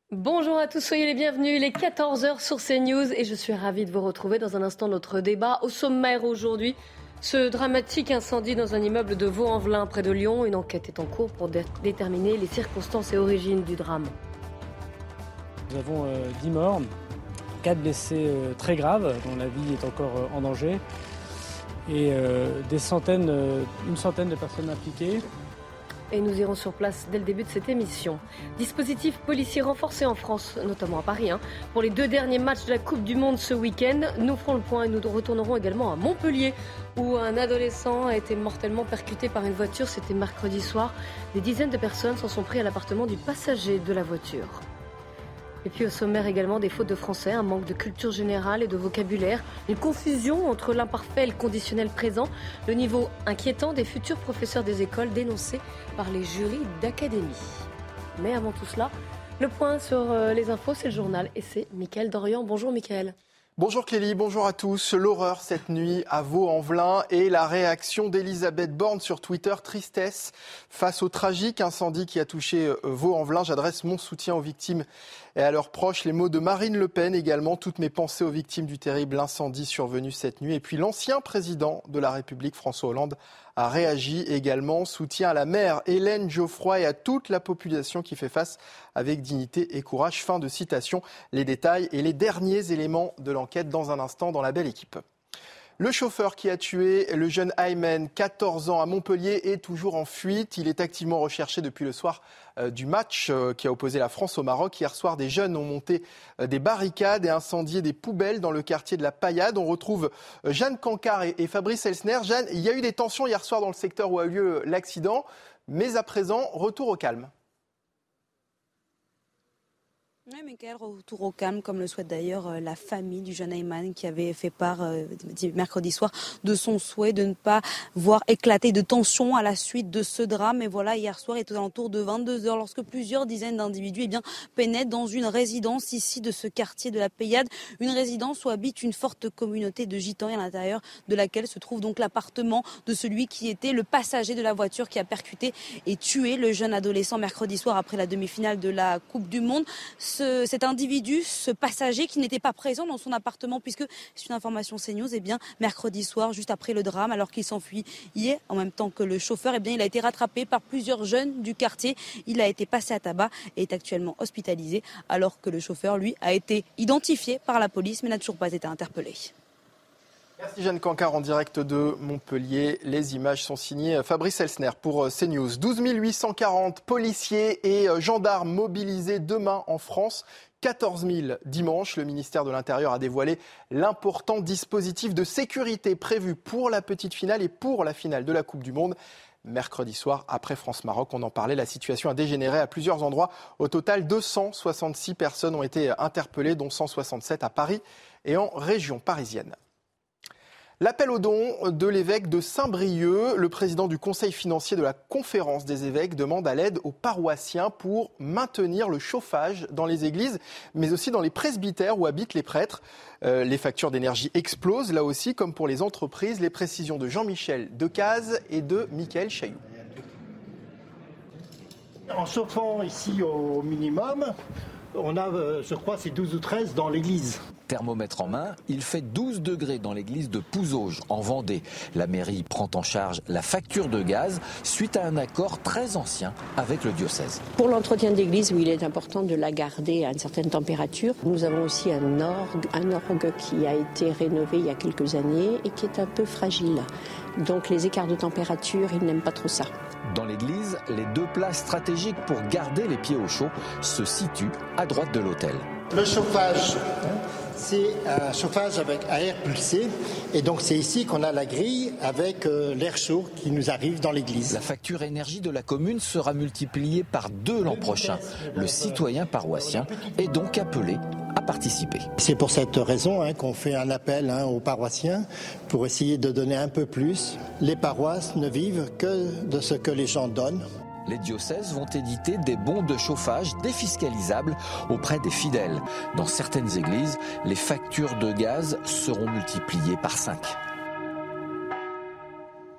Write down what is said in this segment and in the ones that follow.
Bonjour à tous, soyez les bienvenus. Il est 14h sur CNews et je suis ravie de vous retrouver dans un instant notre débat. Au sommaire aujourd'hui, ce dramatique incendie dans un immeuble de Vaux-en-Velin près de Lyon. Une enquête est en cours pour déterminer les circonstances et origines du drame. Nous avons 10 morts, 4 blessés très graves dont la vie est encore en danger et une centaine de personnes impliquées. Et nous irons sur place dès le début de cette émission. Dispositif policier renforcé en France, notamment à Paris, pour les 2 derniers matchs de la Coupe du Monde ce week-end. Nous ferons le point et nous retournerons également à Montpellier, où un adolescent a été mortellement percuté par une voiture. C'était mercredi soir. Des dizaines de personnes s'en sont pris à l'appartement du passager de la voiture. Et puis au sommaire également des fautes de français, un manque de culture générale et de vocabulaire, une confusion entre l'imparfait et le conditionnel présent, le niveau inquiétant des futurs professeurs des écoles dénoncés par les jurys d'académie. Mais avant tout cela, le point sur les infos, c'est le journal et c'est Mickaël Dorian. Bonjour Mickaël. Bonjour Kelly, bonjour à tous. L'horreur cette nuit à Vaux-en-Velin et la réaction d'Elisabeth Borne sur Twitter, tristesse face au tragique incendie qui a touché Vaux-en-Velin. J'adresse mon soutien aux victimes et à leurs proches. Les mots de Marine Le Pen également, toutes mes pensées aux victimes du terrible incendie survenu cette nuit. Et puis l'ancien président de la République, François Hollande, a réagi également. Soutien à la mère Hélène Geoffroy et à toute la population qui fait face avec dignité et courage. Fin de citation. Les détails et les derniers éléments de l'enquête dans un instant dans La Belle Équipe. Le chauffeur qui a tué le jeune Aymen, 14 ans, à Montpellier, est toujours en fuite. Il est activement recherché depuis le soir du match qui a opposé la France au Maroc. Hier soir, des jeunes ont monté des barricades et incendié des poubelles dans le quartier de la Paillade. On retrouve Jeanne Cancard et Fabrice Elsner. Jeanne, il y a eu des tensions hier soir dans le secteur où a eu lieu l'accident. Mais à présent, retour au calme. Oui, Mickaël, retour au calme, comme le souhaite d'ailleurs la famille du jeune Ayman qui avait fait part mercredi soir de son souhait de ne pas voir éclater de tensions à la suite de ce drame. Et voilà, hier soir, il est aux alentours de 22h lorsque plusieurs dizaines d'individus pénètrent dans une résidence ici de ce quartier de la Paillade. Une résidence où habite une forte communauté de gitans et à l'intérieur de laquelle se trouve donc l'appartement de celui qui était le passager de la voiture qui a percuté et tué le jeune adolescent mercredi soir après la demi-finale de la Coupe du Monde. Cet individu, ce passager qui n'était pas présent dans son appartement, puisque c'est une information CNews, mercredi soir, juste après le drame, alors qu'il s'enfuyait en même temps que le chauffeur, il a été rattrapé par plusieurs jeunes du quartier. Il a été passé à tabac et est actuellement hospitalisé, alors que le chauffeur, lui, a été identifié par la police, mais n'a toujours pas été interpellé. Merci Jeanne Cancard en direct de Montpellier. Les images sont signées Fabrice Elsner pour CNews. 12 840 policiers et gendarmes mobilisés demain en France. 14 000 dimanche. Le ministère de l'Intérieur a dévoilé l'important dispositif de sécurité prévu pour la petite finale et pour la finale de la Coupe du Monde. Mercredi soir, après France-Maroc, on en parlait, la situation a dégénéré à plusieurs endroits. Au total, 266 personnes ont été interpellées, dont 167 à Paris et en région parisienne. L'appel aux dons de l'évêque de Saint-Brieuc, le président du conseil financier de la conférence des évêques demande à l'aide aux paroissiens pour maintenir le chauffage dans les églises, mais aussi dans les presbytères où habitent les prêtres. Les factures d'énergie explosent, là aussi, comme pour les entreprises. Les précisions de Jean-Michel Decaze et de Mickaël Chailloux. En chauffant ici au minimum, on a, je crois, c'est 12 ou 13 dans l'église. Thermomètre en main, il fait 12 degrés dans l'église de Pouzauges, en Vendée. La mairie prend en charge la facture de gaz suite à un accord très ancien avec le diocèse. Pour l'entretien d'église, où il est important de la garder à une certaine température, nous avons aussi un orgue qui a été rénové il y a quelques années et qui est un peu fragile. Donc les écarts de température, ils n'aiment pas trop ça. Dans l'église, les 2 places stratégiques pour garder les pieds au chaud se situent à droite de l'autel. Le chauffage, c'est un chauffage avec air pulsé. Et donc c'est ici qu'on a la grille avec l'air chaud qui nous arrive dans l'église. La facture énergie de la commune sera multipliée par 2 l'an prochain. Le citoyen paroissien est donc appelé à participer. C'est pour cette raison qu'on fait un appel aux paroissiens pour essayer de donner un peu plus. Les paroisses ne vivent que de ce que les gens donnent. Les diocèses vont éditer des bons de chauffage défiscalisables auprès des fidèles. Dans certaines églises, les factures de gaz seront multipliées par 5.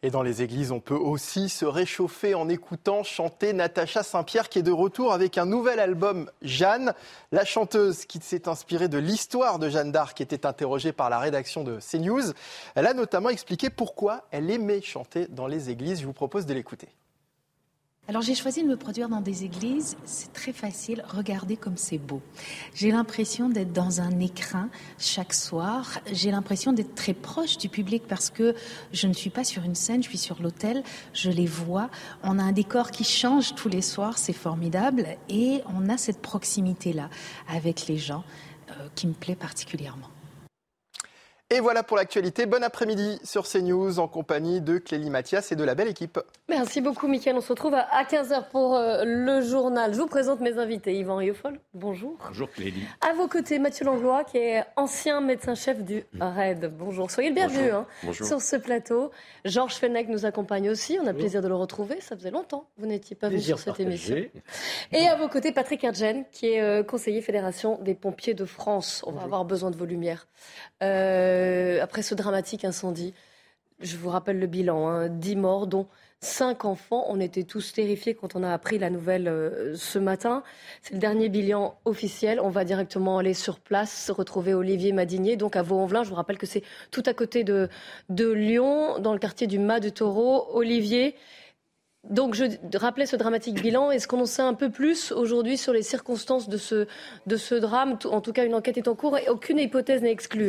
Et dans les églises, on peut aussi se réchauffer en écoutant chanter Natacha Saint-Pierre qui est de retour avec un nouvel album, Jeanne. La chanteuse qui s'est inspirée de l'histoire de Jeanne d'Arc était interrogée par la rédaction de CNews. Elle a notamment expliqué pourquoi elle aimait chanter dans les églises. Je vous propose de l'écouter. Alors j'ai choisi de me produire dans des églises, c'est très facile, regardez comme c'est beau. J'ai l'impression d'être dans un écrin chaque soir, j'ai l'impression d'être très proche du public parce que je ne suis pas sur une scène, je suis sur l'autel, je les vois. On a un décor qui change tous les soirs, c'est formidable et on a cette proximité-là avec les gens qui me plaît particulièrement. Et voilà pour l'actualité. Bon après-midi sur CNews en compagnie de Clélie Mathias et de la belle équipe. Merci beaucoup, Mickaël. On se retrouve à 15h pour le journal. Je vous présente mes invités. Yvan Rieufol, bonjour. Bonjour, Clélie. À vos côtés, Mathieu Langlois, qui est ancien médecin-chef du RAID. Bonjour. Soyez le bienvenu sur ce plateau. Georges Fenech nous accompagne aussi. On a plaisir de le retrouver. Ça faisait longtemps. Vous n'étiez pas venu sur cette émission. Et à vos côtés, Patrick Erdgen, qui est conseiller fédération des pompiers de France. On va avoir besoin de vos lumières. Après ce dramatique incendie, je vous rappelle le bilan, 10 morts, dont 5 enfants. On était tous terrifiés quand on a appris la nouvelle ce matin. C'est le dernier bilan officiel. On va directement aller sur place, retrouver Olivier Madinier, donc à Vaux-en-Velin. Je vous rappelle que c'est tout à côté de Lyon, dans le quartier du Mas de Taureau. Olivier, donc je rappelais ce dramatique bilan. Est-ce qu'on en sait un peu plus aujourd'hui sur les circonstances de ce drame ? En tout cas, une enquête est en cours et aucune hypothèse n'est exclue.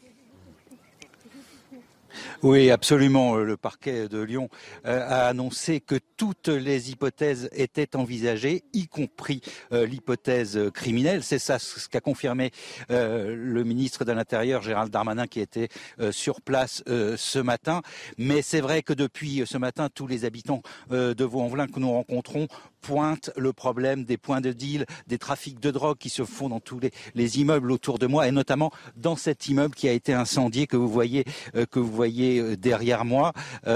Oui, absolument. Le parquet de Lyon a annoncé que toutes les hypothèses étaient envisagées, y compris l'hypothèse criminelle. C'est ça ce qu'a confirmé le ministre de l'Intérieur, Gérald Darmanin, qui était sur place ce matin. Mais c'est vrai que depuis ce matin, tous les habitants de Vaux-en-Velin que nous rencontrons pointent le problème des points de deal, des trafics de drogue qui se font dans tous les immeubles autour de moi, et notamment dans cet immeuble qui a été incendié que vous voyez derrière moi.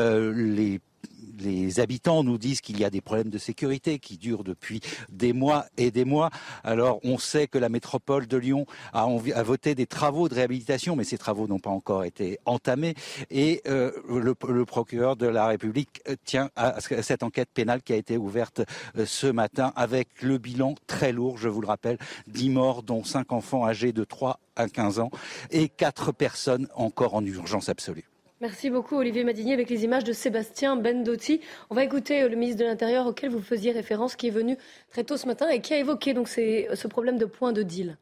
Les habitants nous disent qu'il y a des problèmes de sécurité qui durent depuis des mois et des mois. Alors on sait que la métropole de Lyon a voté des travaux de réhabilitation, mais ces travaux n'ont pas encore été entamés. Et le procureur de la République tient à cette enquête pénale qui a été ouverte ce matin avec le bilan très lourd, je vous le rappelle, 10 morts dont 5 enfants âgés de 3 à 15 ans et 4 personnes encore en urgence absolue. Merci beaucoup Olivier Madinier avec les images de Sébastien Bendotti. On va écouter le ministre de l'Intérieur auquel vous faisiez référence, qui est venu très tôt ce matin et qui a évoqué donc ce problème de point de deal.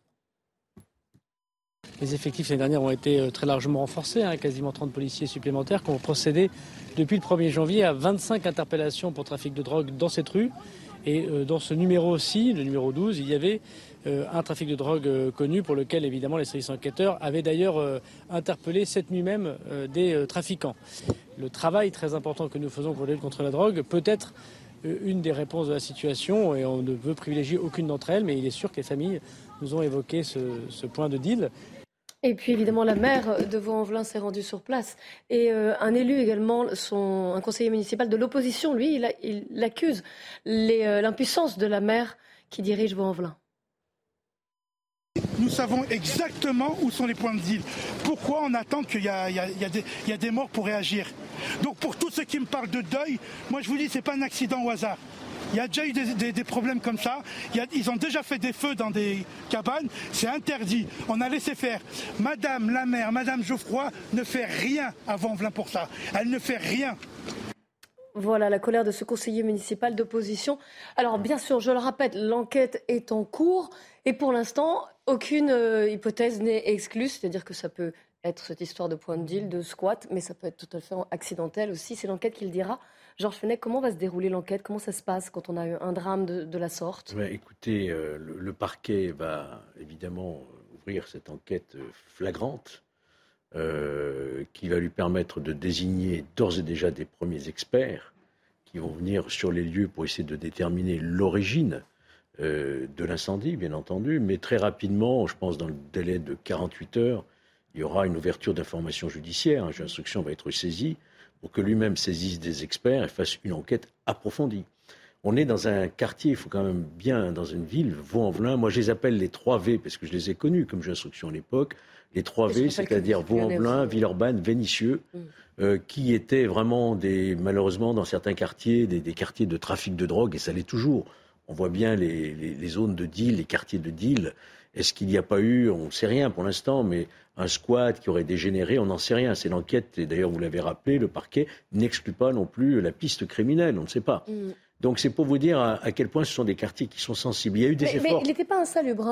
Les effectifs l'année dernière ont été très largement renforcés, quasiment 30 policiers supplémentaires qui ont procédé depuis le 1er janvier à 25 interpellations pour trafic de drogue dans cette rue. Et dans ce numéro aussi, le numéro 12, il y avait un trafic de drogue connu pour lequel évidemment les services enquêteurs avaient d'ailleurs interpellé cette nuit même des trafiquants. Le travail très important que nous faisons pour lutter contre la drogue peut être une des réponses de la situation et on ne veut privilégier aucune d'entre elles, mais il est sûr que les familles nous ont évoqué ce point de deal. Et puis évidemment la maire de Vaux-en-Velin s'est rendue sur place et un élu également, un conseiller municipal de l'opposition, lui, il accuse l'impuissance de la maire qui dirige Vaux-en-Velin. Nous savons exactement où sont les points de deal. Pourquoi on attend qu'il y a des morts pour réagir? Donc pour tous ceux qui me parlent de deuil, moi je vous dis, c'est pas un accident au hasard. Il y a déjà eu des problèmes comme ça. Ils ont déjà fait des feux dans des cabanes. C'est interdit. On a laissé faire. Madame la maire, Madame Geoffroy ne fait rien à Vaux-en-Velin pour ça. Elle ne fait rien. Voilà la colère de ce conseiller municipal d'opposition. Alors bien sûr, je le répète, l'enquête est en cours et pour l'instant, aucune hypothèse n'est exclue. C'est-à-dire que ça peut être cette histoire de point de deal, de squat, mais ça peut être tout à fait accidentel aussi. C'est l'enquête qui le dira. Georges Fenech, comment va se dérouler l'enquête? Comment ça se passe quand on a eu un drame de la sorte? Écoutez, le parquet va évidemment ouvrir cette enquête flagrante qui va lui permettre de désigner d'ores et déjà des premiers experts qui vont venir sur les lieux pour essayer de déterminer l'origine de l'incendie, bien entendu. Mais très rapidement, je pense dans le délai de 48 heures, il y aura une ouverture d'information judiciaire. Un juge d'instruction va être saisi pour que lui-même saisisse des experts et fasse une enquête approfondie. On est dans un quartier, il faut quand même bien, dans une ville, Vaux-en-Velin. Moi, je les appelle les 3 V, parce que je les ai connus comme juge d'instruction à l'époque. Les 3 V, c'est-à-dire Vaux-en-Velin, Villeurbanne, Vénissieux, qui étaient vraiment, malheureusement, dans certains quartiers, des quartiers de trafic de drogue, et ça l'est toujours. On voit bien les zones de deal, les quartiers de deal. Est-ce qu'il n'y a pas eu, on ne sait rien pour l'instant, mais un squat qui aurait dégénéré, on n'en sait rien. C'est l'enquête, et d'ailleurs vous l'avez rappelé, le parquet n'exclut pas non plus la piste criminelle, on ne sait pas. Donc c'est pour vous dire à quel point ce sont des quartiers qui sont sensibles. Il y a eu des efforts. Mais il n'était pas insalubre,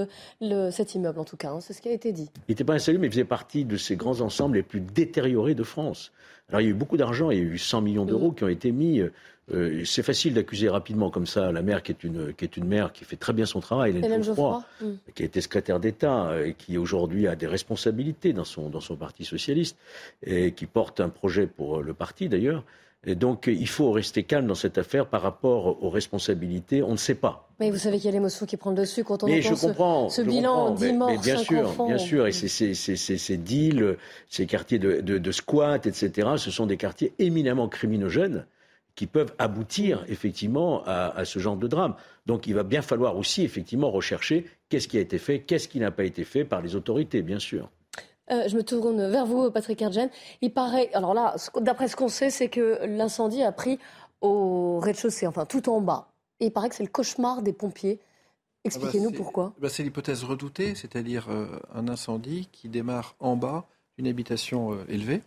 cet immeuble en tout cas, c'est ce qui a été dit. Il n'était pas insalubre, mais il faisait partie de ces grands ensembles les plus détériorés de France. Alors il y a eu beaucoup d'argent, il y a eu 100 millions d'euros qui ont été mis. C'est facile d'accuser rapidement comme ça la maire qui est une maire qui fait très bien son travail, Hélène Geoffroy, qui a été secrétaire d'État et qui aujourd'hui a des responsabilités dans son parti socialiste et qui porte un projet pour le parti d'ailleurs. Et donc il faut rester calme dans cette affaire par rapport aux responsabilités, on ne sait pas. Mais vous savez qu'il y a l'émotion qui prend le dessus quand on entend ce bilan 10 morts, mais bien 5 sûr, enfants. Bien sûr, et ces deals, ces quartiers de squat, etc., ce sont des quartiers éminemment criminogènes qui peuvent aboutir effectivement à ce genre de drame. Donc il va bien falloir aussi effectivement rechercher qu'est-ce qui a été fait, qu'est-ce qui n'a pas été fait par les autorités, bien sûr. Je me tourne vers vous, Patrick Erdgen. Il paraît, alors là, d'après ce qu'on sait, c'est que l'incendie a pris au rez-de-chaussée, enfin tout en bas. Et il paraît que c'est le cauchemar des pompiers. Expliquez-nous pourquoi. C'est l'hypothèse redoutée, c'est-à-dire un incendie qui démarre en bas d'une habitation élevée,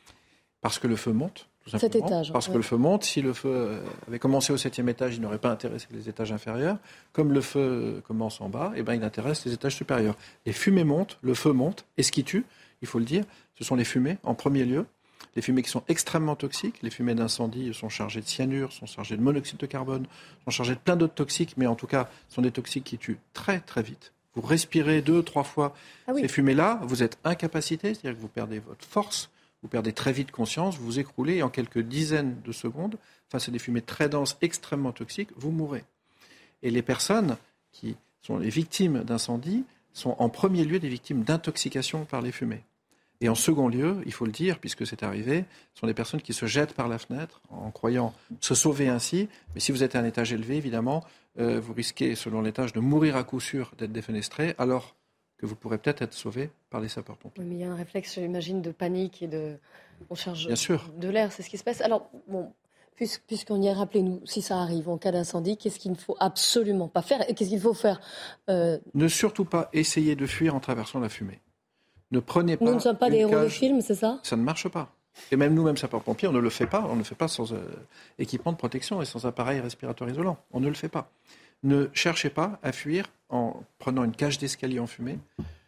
parce que le feu monte. Cet étage. Parce que le feu monte. Si le feu avait commencé au 7e étage, il n'aurait pas intéressé les étages inférieurs. Comme le feu commence en bas, il intéresse les étages supérieurs. Les fumées montent, le feu monte. Et ce qui tue, il faut le dire, ce sont les fumées en premier lieu. Les fumées qui sont extrêmement toxiques. Les fumées d'incendie sont chargées de cyanure, sont chargées de monoxyde de carbone, sont chargées de plein d'autres toxiques, mais en tout cas, ce sont des toxiques qui tuent très très vite. Vous respirez 2-3 fois ces fumées-là, vous êtes incapacité, c'est-à-dire que vous perdez votre force. Vous perdez très vite conscience, vous vous écroulez et en quelques dizaines de secondes, face à des fumées très denses, extrêmement toxiques, vous mourrez. Et les personnes qui sont les victimes d'incendie sont en premier lieu des victimes d'intoxication par les fumées. Et en second lieu, il faut le dire, puisque c'est arrivé, ce sont des personnes qui se jettent par la fenêtre en croyant se sauver ainsi. Mais si vous êtes à un étage élevé, évidemment, vous risquez, selon l'étage, de mourir à coup sûr d'être défenestré, alors que vous pourrez peut-être être sauvé par les sapeurs-pompiers. Oui, mais il y a un réflexe, j'imagine, de panique et on charge Bien sûr. De l'air, c'est ce qui se passe. Alors, puisqu'on y est, rappelez-nous, si ça arrive en cas d'incendie, qu'est-ce qu'il ne faut absolument pas faire et qu'est-ce qu'il faut faire Ne surtout pas essayer de fuir en traversant la fumée. Ne prenez pas. Nous ne sommes pas des héros de film, c'est ça ? Ça ne marche pas. Et même nous-mêmes, sapeurs-pompiers, on ne le fait pas. On ne le fait pas sans équipement de protection et sans appareil respiratoire isolant. On ne le fait pas. Ne cherchez pas à fuir en prenant une cage d'escalier en fumée.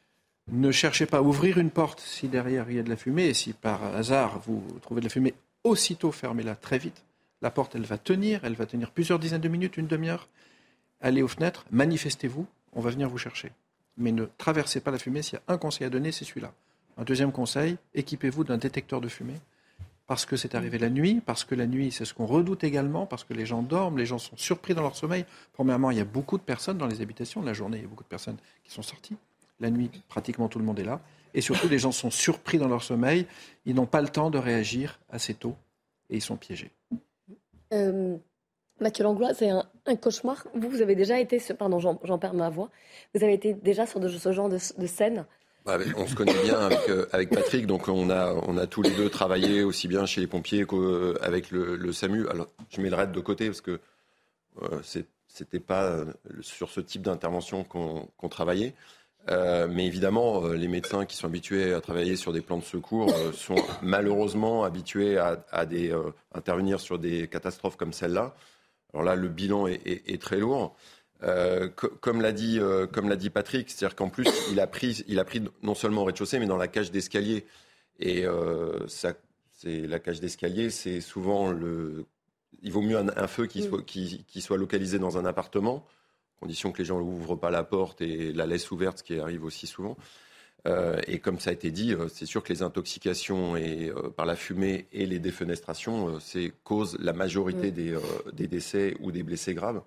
Ne cherchez pas à ouvrir une porte si derrière il y a de la fumée. Et si par hasard vous trouvez de la fumée, aussitôt fermez-la très vite. La porte, elle va tenir plusieurs dizaines de minutes, une demi-heure. Allez aux fenêtres, manifestez-vous, on va venir vous chercher. Mais ne traversez pas la fumée. S'il y a un conseil à donner, c'est celui-là. Un deuxième conseil, équipez-vous d'un détecteur de fumée. Parce que c'est arrivé la nuit, parce que la nuit, c'est ce qu'on redoute également, parce que les gens dorment, les gens sont surpris dans leur sommeil. Premièrement, il y a beaucoup de personnes dans les habitations. La journée, il y a beaucoup de personnes qui sont sorties. La nuit, pratiquement tout le monde est là. Et surtout, les gens sont surpris dans leur sommeil. Ils n'ont pas le temps de réagir assez tôt et ils sont piégés. Mathieu Langlois, c'est un cauchemar. Vous avez déjà été, pardon, j'en perds ma voix, vous avez été déjà sur ce genre de scène ? On se connaît bien avec Patrick, donc on a tous les deux travaillé aussi bien chez les pompiers qu'avec le SAMU. Alors, je mets le RAID de côté parce que c'était pas sur ce type d'intervention qu'on travaillait. Mais évidemment, les médecins qui sont habitués à travailler sur des plans de secours sont malheureusement habitués à intervenir sur des catastrophes comme celle-là. Alors là, le bilan est très lourd. Comme l'a dit Patrick, c'est-à-dire qu'en plus il a pris non seulement au rez-de-chaussée mais dans la cage d'escalier. Et c'est la cage d'escalier, c'est souvent il vaut mieux un feu qui soit localisé dans un appartement, à condition que les gens n'ouvrent pas la porte et la laissent ouverte, ce qui arrive aussi souvent. Et comme ça a été dit, c'est sûr que les intoxications par la fumée et les défenestrations causent la majorité des décès ou des blessés graves.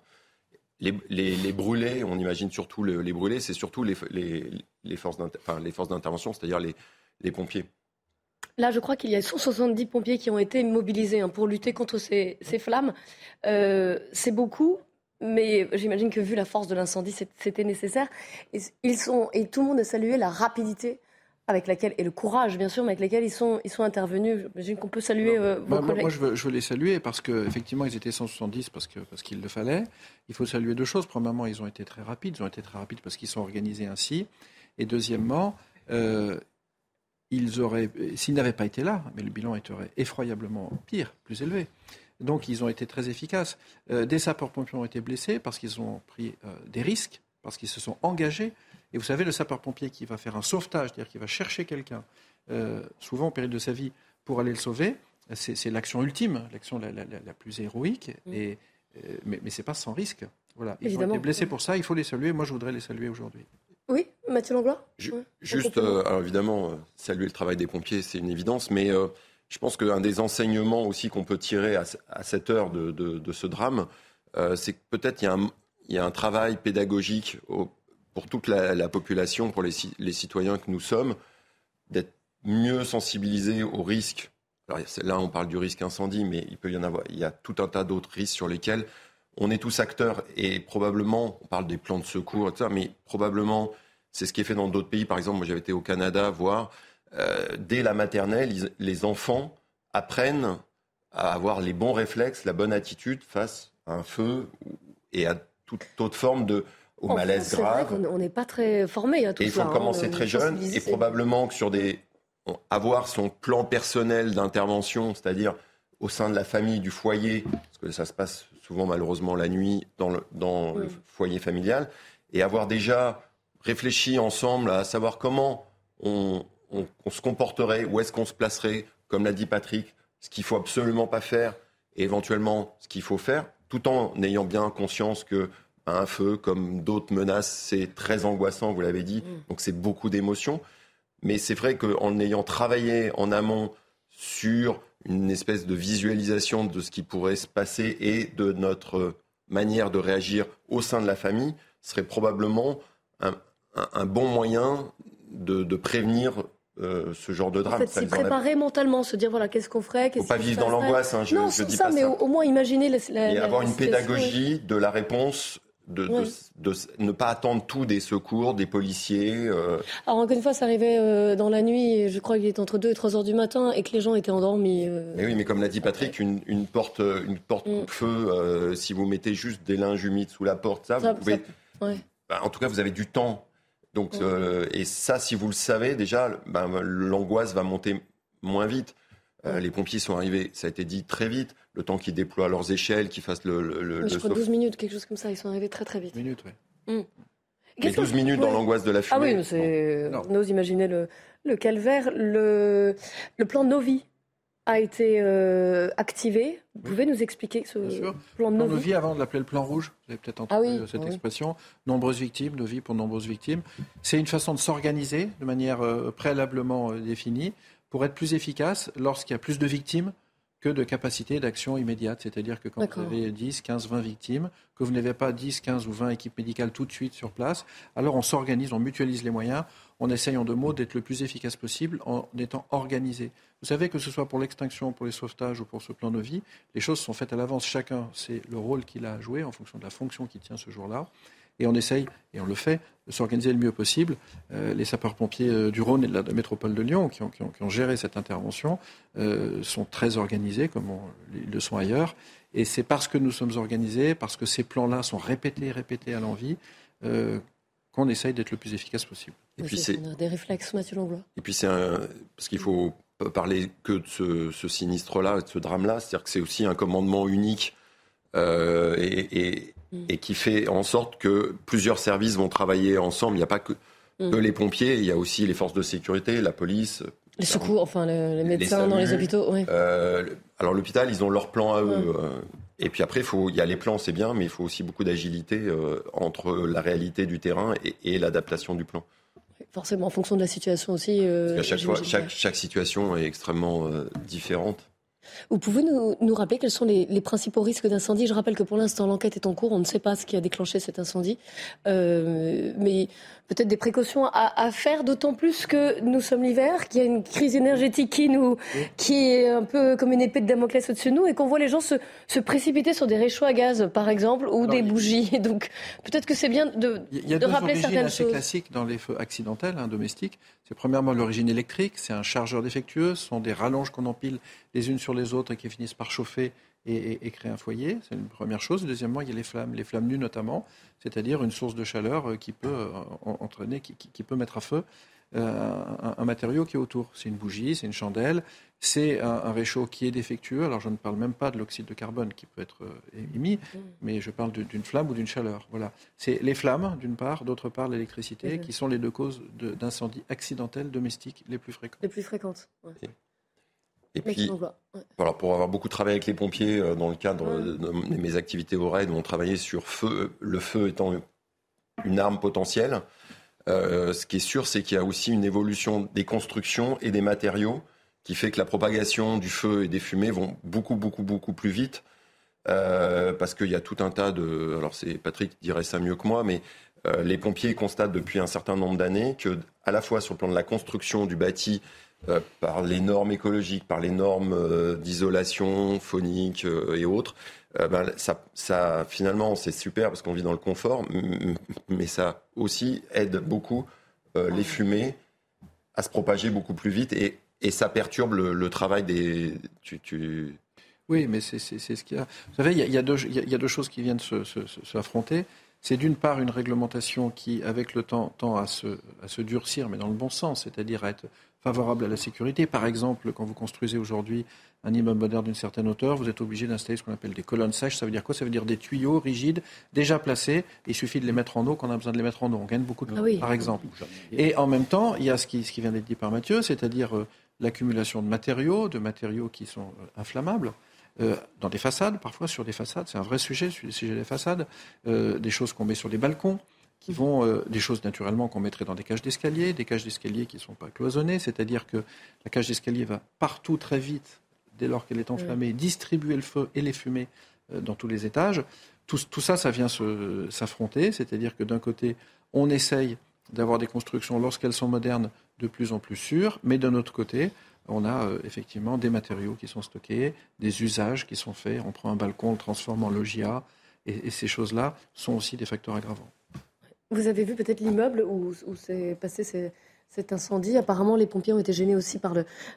Les brûlés, on imagine surtout les brûlés, c'est surtout les forces d'intervention, c'est-à-dire les pompiers. Là, je crois qu'il y a 170 pompiers qui ont été mobilisés pour lutter contre ces flammes. C'est beaucoup, mais j'imagine que vu la force de l'incendie, c'était nécessaire. Et tout le monde a salué la rapidité avec laquelle, et le courage bien sûr, mais avec lesquels ils sont intervenus. J'imagine qu'on peut saluer vos collègues. Moi, je veux les saluer parce qu'effectivement, ils étaient 170 parce qu'il le fallait. Il faut saluer deux choses. Premièrement, ils ont été très rapides. Ils ont été très rapides parce qu'ils sont organisés ainsi. Et deuxièmement, s'ils n'avaient pas été là, mais le bilan serait effroyablement pire, plus élevé. Donc ils ont été très efficaces. Des sapeurs-pompiers ont été blessés parce qu'ils ont pris des risques, parce qu'ils se sont engagés. Et vous savez, le sapeur-pompier qui va faire un sauvetage, c'est-à-dire qui va chercher quelqu'un, souvent au péril de sa vie, pour aller le sauver, c'est l'action ultime, l'action la plus héroïque. Mais ce n'est pas sans risque. Voilà. Ils ont été blessés pour ça, il faut les saluer. Moi, je voudrais les saluer aujourd'hui. Oui, Mathieu Langlois. Alors évidemment, saluer le travail des pompiers, c'est une évidence, mais je pense qu'un des enseignements aussi qu'on peut tirer à cette heure de ce drame, c'est que peut-être il y a un travail pédagogique pour toute la population, pour les citoyens que nous sommes, d'être mieux sensibilisés aux risques. Alors là, on parle du risque incendie, mais il y a tout un tas d'autres risques sur lesquels on est tous acteurs et probablement, on parle des plans de secours, etc., mais probablement, c'est ce qui est fait dans d'autres pays. Par exemple, moi j'avais été au Canada voir, dès la maternelle, les enfants apprennent à avoir les bons réflexes, la bonne attitude face à un feu et à toute autre forme au malaise grave. C'est vrai qu'on n'est pas très formés à tout ça. Et il faut commencer très jeune et probablement que avoir son plan personnel d'intervention, c'est-à-dire au sein de la famille, du foyer, parce que ça se passe souvent malheureusement la nuit dans le foyer familial, et avoir déjà réfléchi ensemble à savoir comment on se comporterait, où est-ce qu'on se placerait, comme l'a dit Patrick, ce qu'il ne faut absolument pas faire, et éventuellement ce qu'il faut faire, tout en ayant bien conscience que un feu, comme d'autres menaces, c'est très angoissant, vous l'avez dit, donc c'est beaucoup d'émotions. Mais c'est vrai qu'en ayant travaillé en amont sur une espèce de visualisation de ce qui pourrait se passer et de notre manière de réagir au sein de la famille, serait probablement un bon moyen de prévenir ce genre de drame. En fait, s'y préparer mentalement, se dire voilà, qu'est-ce qu'on ferait, il ne faut pas vivre dans l'angoisse, je dis ça, pas mais ça. Au moins imaginer et avoir une pédagogie de la réponse, de ne pas attendre tout des secours, des policiers. Alors encore une fois, ça arrivait dans la nuit, je crois qu'il était entre 2 et 3 heures du matin, et que les gens étaient endormis. Mais oui, mais comme l'a dit Patrick, une porte coupe-feu, si vous mettez juste des linges humides sous la porte, vous pouvez... en tout cas, vous avez du temps. Donc, et ça, si vous le savez, déjà, l'angoisse va monter moins vite. Les pompiers sont arrivés, ça a été dit, très vite. Le temps qu'ils déploient leurs échelles, qu'ils fassent je crois 12 minutes, quelque chose comme ça. Ils sont arrivés très, très vite. 12 minutes, oui. Mais 12 minutes dans l'angoisse de la fumée. Ah oui, on ose imaginer le calvaire. Le plan Novi a été activé. Vous pouvez nous expliquer ce plan Novi ? Novi, avant de l'appeler le plan rouge, vous avez peut-être entendu cette expression. Nombreuses victimes, Novi pour nombreuses victimes. C'est une façon de s'organiser de manière préalablement définie pour être plus efficace lorsqu'il y a plus de victimes que de capacité d'action immédiate. C'est-à-dire que quand vous avez 10, 15, 20 victimes, que vous n'avez pas 10, 15 ou 20 équipes médicales tout de suite sur place, alors on s'organise, on mutualise les moyens, on essaye en 2 mots d'être le plus efficace possible en étant organisé. Vous savez que ce soit pour l'extinction, pour les sauvetages ou pour ce plan Novi, les choses sont faites à l'avance. Chacun sait le rôle qu'il a à jouer en fonction de la fonction qu'il tient ce jour-là. Et on essaye, et on le fait, de s'organiser le mieux possible. Les sapeurs-pompiers du Rhône et de la métropole de Lyon, qui ont géré cette intervention, sont très organisés, comme ils le sont ailleurs. Et c'est parce que nous sommes organisés, parce que ces plans-là sont répétés à l'envi, qu'on essaye d'être le plus efficace possible. Et puis c'est des réflexes, Mathieu Langlois. Et puis parce qu'il faut pas parler que de ce sinistre-là, de ce drame-là, c'est-à-dire que c'est aussi un commandement unique et qui fait en sorte que plusieurs services vont travailler ensemble. Il n'y a pas que les pompiers, il y a aussi les forces de sécurité, la police. Les secours, les médecins dans les hôpitaux. Oui. Alors l'hôpital, ils ont leur plan à eux. Et puis après, il y a les plans, c'est bien, mais il faut aussi beaucoup d'agilité entre la réalité du terrain et l'adaptation du plan. Forcément, en fonction de la situation aussi. Parce qu'à chaque fois, chaque situation est extrêmement différente. Vous pouvez nous rappeler quels sont les principaux risques d'incendie ? Je rappelle que pour l'instant, l'enquête est en cours. On ne sait pas ce qui a déclenché cet incendie. Mais peut-être des précautions à faire, d'autant plus que nous sommes l'hiver, qu'il y a une crise énergétique qui est un peu comme une épée de Damoclès au-dessus de nous et qu'on voit les gens se précipiter sur des réchauds à gaz, par exemple, ou des bougies. Donc peut-être que c'est bien de rappeler certaines choses. Il y a deux origines assez classiques dans les feux accidentels, domestiques. C'est premièrement l'origine électrique, c'est un chargeur défectueux, ce sont des rallonges qu'on empile les unes sur les autres et qui finissent par chauffer et créer un foyer. C'est une première chose. Deuxièmement, il y a les flammes nues notamment, c'est-à-dire une source de chaleur qui peut entraîner, qui peut mettre à feu un matériau qui est autour. C'est une bougie, c'est une chandelle, c'est un réchaud qui est défectueux. Alors je ne parle même pas de l'oxyde de carbone qui peut être émis, mais je parle d'une flamme ou d'une chaleur. Voilà. C'est les flammes, d'une part, d'autre part l'électricité, qui sont les deux causes d'incendies accidentels domestiques les plus fréquentes. Les plus fréquentes, ouais. Et puis, voilà, pour avoir beaucoup travaillé avec les pompiers dans le cadre de mes activités au RAID, on travaillait sur le feu étant une arme potentielle. Ce qui est sûr, c'est qu'il y a aussi une évolution des constructions et des matériaux qui fait que la propagation du feu et des fumées vont beaucoup plus vite. Parce qu'il y a tout un tas de... Alors, Patrick dirait ça mieux que moi, mais les pompiers constatent depuis un certain nombre d'années que, à la fois sur le plan de la construction du bâti, par les normes écologiques, par les normes d'isolation phonique et autres, ça, finalement, c'est super parce qu'on vit dans le confort, mais ça aussi aide beaucoup les fumées à se propager beaucoup plus vite et ça perturbe le travail des... Oui, mais c'est ce qu'il y a. Vous savez, il y a deux choses qui viennent se affronter. C'est d'une part une réglementation qui, avec le temps, tend à se durcir, mais dans le bon sens, c'est-à-dire à être favorable à la sécurité. Par exemple, quand vous construisez aujourd'hui un immeuble moderne d'une certaine hauteur, vous êtes obligé d'installer ce qu'on appelle des colonnes sèches. Ça veut dire quoi ? Ça veut dire des tuyaux rigides, déjà placés. Il suffit de les mettre en eau quand on a besoin de les mettre en eau. On gagne beaucoup de temps, par exemple. Et en même temps, il y a ce qui vient d'être dit par Mathieu, c'est-à-dire l'accumulation de matériaux qui sont inflammables. Dans des façades, parfois sur des façades, c'est un vrai sujet, sur le sujet des façades, des choses qu'on met sur les balcons, qui vont, des choses naturellement qu'on mettrait dans des cages d'escalier qui ne sont pas cloisonnées, c'est-à-dire que la cage d'escalier va partout très vite, dès lors qu'elle est enflammée, distribuer le feu et les fumées dans tous les étages. Tout ça, ça vient s'affronter, c'est-à-dire que d'un côté, on essaye d'avoir des constructions, lorsqu'elles sont modernes, de plus en plus sûres, mais d'un autre côté, on a effectivement des matériaux qui sont stockés, des usages qui sont faits. On prend un balcon, on le transforme en loggia, et ces choses-là sont aussi des facteurs aggravants. Vous avez vu peut-être l'immeuble où s'est passé cet incendie. Apparemment, les pompiers ont été gênés aussi par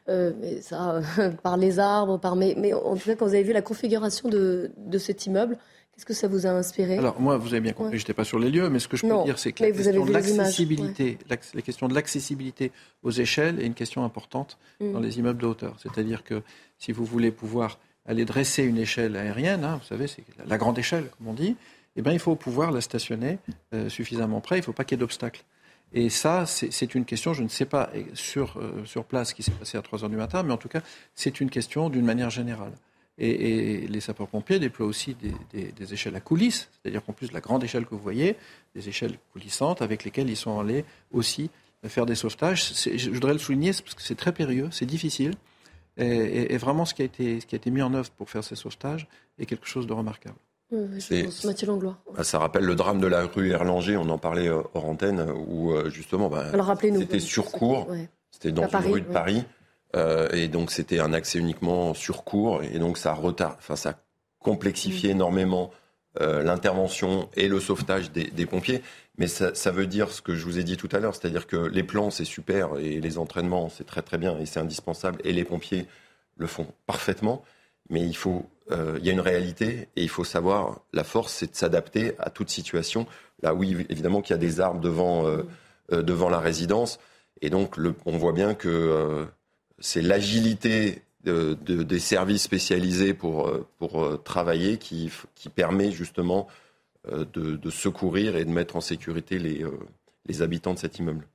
les arbres, mais en tout cas, quand vous avez vu la configuration de cet immeuble, qu'est-ce que ça vous a inspiré ? Alors moi, vous avez bien compris, je n'étais pas sur les lieux, mais ce que je peux dire, c'est que la question de l'accessibilité aux échelles est une question importante dans les immeubles de hauteur. C'est-à-dire que si vous voulez pouvoir aller dresser une échelle aérienne, vous savez, c'est la grande échelle, comme on dit, eh bien, il faut pouvoir la stationner suffisamment près, il ne faut pas qu'il y ait d'obstacles. Et ça, c'est une question, je ne sais pas sur place ce qui s'est passé à 3h du matin, mais en tout cas, c'est une question d'une manière générale. Et les sapeurs-pompiers déploient aussi des échelles à coulisses, c'est-à-dire qu'en plus de la grande échelle que vous voyez, des échelles coulissantes avec lesquelles ils sont allés aussi faire des sauvetages. Je voudrais le souligner parce que c'est très périlleux, c'est difficile. Et vraiment, ce qui a été mis en œuvre pour faire ces sauvetages est quelque chose de remarquable. Mathieu Langlois. Ça rappelle le drame de la rue Erlanger, on en parlait hors antenne, où justement c'était sur cours, c'était dans une rue de Paris. Et donc c'était un accès uniquement sur cours et donc ça a complexifié énormément l'intervention et le sauvetage des pompiers. Mais ça veut dire ce que je vous ai dit tout à l'heure, c'est-à-dire que les plans c'est super et les entraînements c'est très très bien et c'est indispensable et les pompiers le font parfaitement. Mais il y a une réalité et il faut savoir, la force c'est de s'adapter à toute situation. Là oui, évidemment qu'il y a des arbres devant la résidence et donc on voit bien que c'est l'agilité des services spécialisés pour travailler qui permet justement de secourir et de mettre en sécurité les habitants de cet immeuble. Oui.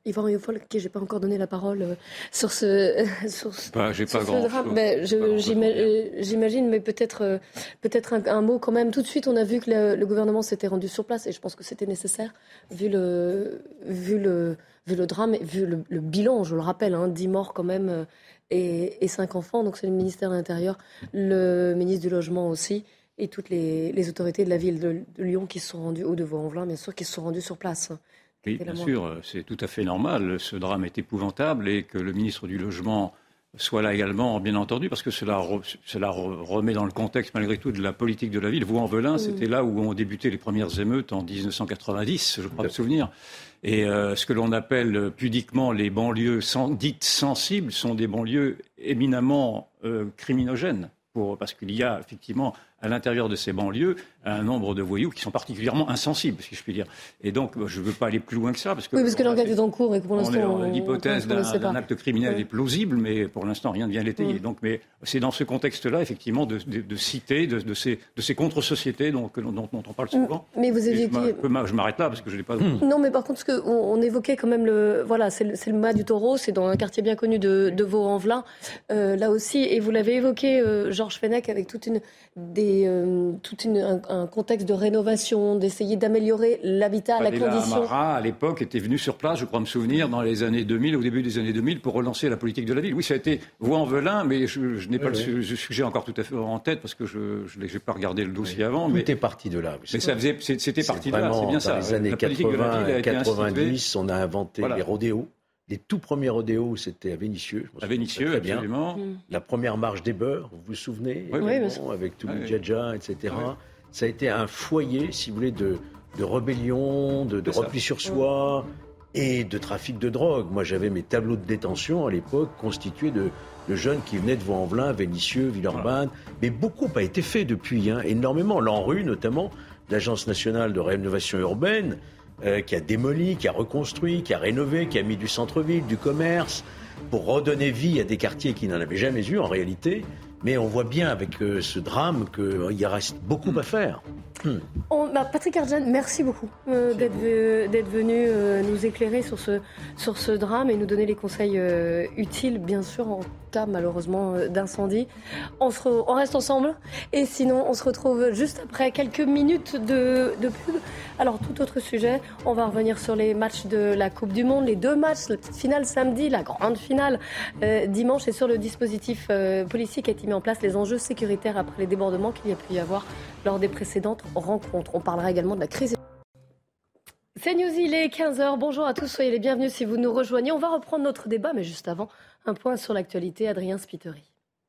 Yvan Rioufol, qui j'ai pas encore donné la parole sur ce j'ai pas grand drame. J'imagine, mais peut-être un mot quand même. Tout de suite, on a vu que le gouvernement s'était rendu sur place et je pense que c'était nécessaire vu le drame, vu le bilan. Je le rappelle, 10 morts quand même et 5 enfants. Donc c'est le ministère de l'Intérieur, le ministre du Logement aussi. Et toutes les autorités de la ville de Lyon qui se sont rendues, ou de Vaux-en-Velin, bien sûr, qui se sont rendues sur place. Oui, bien sûr, c'est tout à fait normal. Ce drame est épouvantable et que le ministre du Logement soit là également, bien entendu, parce que cela remet dans le contexte, malgré tout, de la politique de la ville. Vaux-en-Velin, c'était là où ont débuté les premières émeutes en 1990, je crois me souvenir. Et ce que l'on appelle pudiquement les banlieues dites sensibles sont des banlieues éminemment criminogènes. Parce qu'il y a effectivement à l'intérieur de ces banlieues un nombre de voyous qui sont particulièrement insensibles, si je puis dire. Et donc, je ne veux pas aller plus loin que ça. Parce que l'enquête est en cours et que pour l'instant... L'hypothèse d'un acte criminel est plausible, mais pour l'instant, rien ne vient l'étayer. Donc, mais c'est dans ce contexte-là, effectivement, de citer de ces contre-sociétés dont on parle souvent. Mais vous aviez je m'arrête là, parce que je n'ai pas... Non, mais par contre, on évoquait quand même c'est le Mas du Taureau, c'est dans un quartier bien connu de Vaux-en-Velin, là aussi. Et vous l'avez évoqué, Georges Fenech, avec un contexte de rénovation, d'essayer d'améliorer l'habitat, la condition. Amara, à l'époque, était venu sur place, je crois me souvenir, dans les années 2000, au début des années 2000, pour relancer la politique de la ville. Oui, ça a été Vaux-en-Velin, mais je n'ai pas le sujet encore tout à fait en tête, parce que je n'ai pas parti le dossier avant. Tout est parti de là. Mais c'était parti de là, c'est bien ça. Dans les années 80 et 90, on a inventé les rodéos. Les tout premiers rodéos, c'était à Vénissieux. À Vénissieux, absolument. La première marche des beurs, vous vous souvenez, avec tout le djadja, etc. Oui. Ça a été un foyer, si vous voulez, de rébellion, de repli sur soi et de trafic de drogue. Moi, j'avais mes tableaux de détention à l'époque constitués de jeunes qui venaient de Vaux-en-Velin, Vénissieux, Villeurbanne. Mais beaucoup a été fait depuis, énormément. L'ANRU, notamment, l'Agence nationale de rénovation urbaine, qui a démoli, qui a reconstruit, qui a rénové, qui a mis du centre-ville, du commerce, pour redonner vie à des quartiers qui n'en avaient jamais eu en réalité. Mais on voit bien avec ce drame qu'il reste beaucoup à faire. Patrick Arjan, merci beaucoup d'être venu nous éclairer sur ce drame et nous donner les conseils utiles, bien sûr, en cas malheureusement d'incendie. On reste ensemble et sinon on se retrouve juste après quelques minutes de pub. Alors, tout autre sujet, on va revenir sur les matchs de la Coupe du Monde, les 2 matchs, la petite finale samedi, la grande finale dimanche, et sur le dispositif policier qui a été mis en place, les enjeux sécuritaires après les débordements qu'il y a pu y avoir lors des précédentes rencontres. On parlera également de la crise. C'est News, il est 15h. Bonjour à tous, soyez les bienvenus si vous nous rejoignez. On va reprendre notre débat, mais juste avant, un point sur l'actualité. Adrien Spiteri.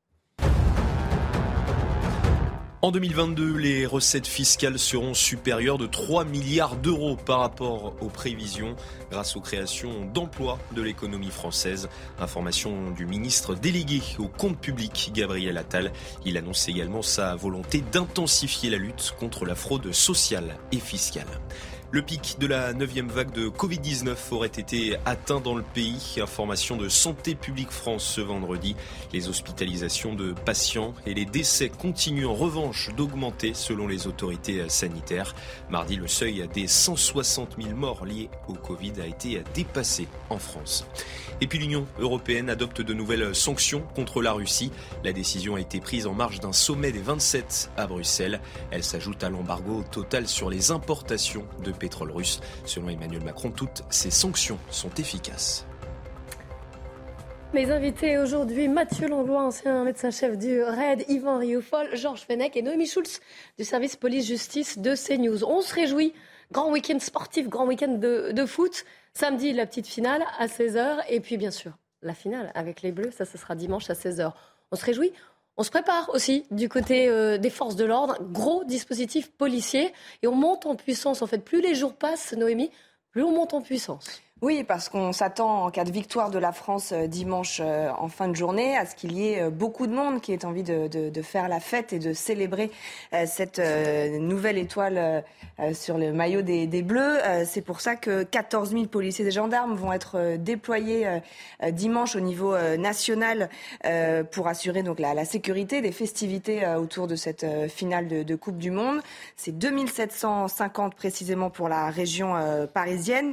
En 2022, les recettes fiscales seront supérieures de 3 milliards d'euros par rapport aux prévisions grâce aux créations d'emplois de l'économie française. Information du ministre délégué au compte public, Gabriel Attal. Il annonce également sa volonté d'intensifier la lutte contre la fraude sociale et fiscale. Le pic de la 9e vague de Covid-19 aurait été atteint dans le pays. Information de Santé publique France ce vendredi. Les hospitalisations de patients et les décès continuent en revanche d'augmenter selon les autorités sanitaires. Mardi, le seuil des 160 000 morts liés au Covid a été dépassé en France. Et puis l'Union européenne adopte de nouvelles sanctions contre la Russie. La décision a été prise en marge d'un sommet des 27 à Bruxelles. Elle s'ajoute à l'embargo total sur les importations de pétrole russe. Selon Emmanuel Macron, toutes ces sanctions sont efficaces. Mes invités aujourd'hui, Mathieu Langlois, ancien médecin-chef du RAID, Yvan Rioufol, Georges Fenech et Noémie Schulz du service police-justice de CNews. On se réjouit, grand week-end sportif, grand week-end de foot. Samedi, la petite finale à 16h et puis bien sûr, la finale avec les Bleus, ça ce sera dimanche à 16h. On se réjouit. On se prépare aussi du côté des forces de l'ordre, gros dispositif policier et on monte en puissance. En fait, plus les jours passent, Noémie, plus on monte en puissance. Oui, parce qu'on s'attend, en cas de victoire de la France dimanche en fin de journée, à ce qu'il y ait beaucoup de monde qui ait envie de faire la fête et de célébrer cette nouvelle étoile sur le maillot des Bleus. C'est pour ça que 14 000 policiers et gendarmes vont être déployés dimanche au niveau national pour assurer donc la sécurité des festivités autour de cette finale de Coupe du Monde. C'est 2750 précisément pour la région parisienne.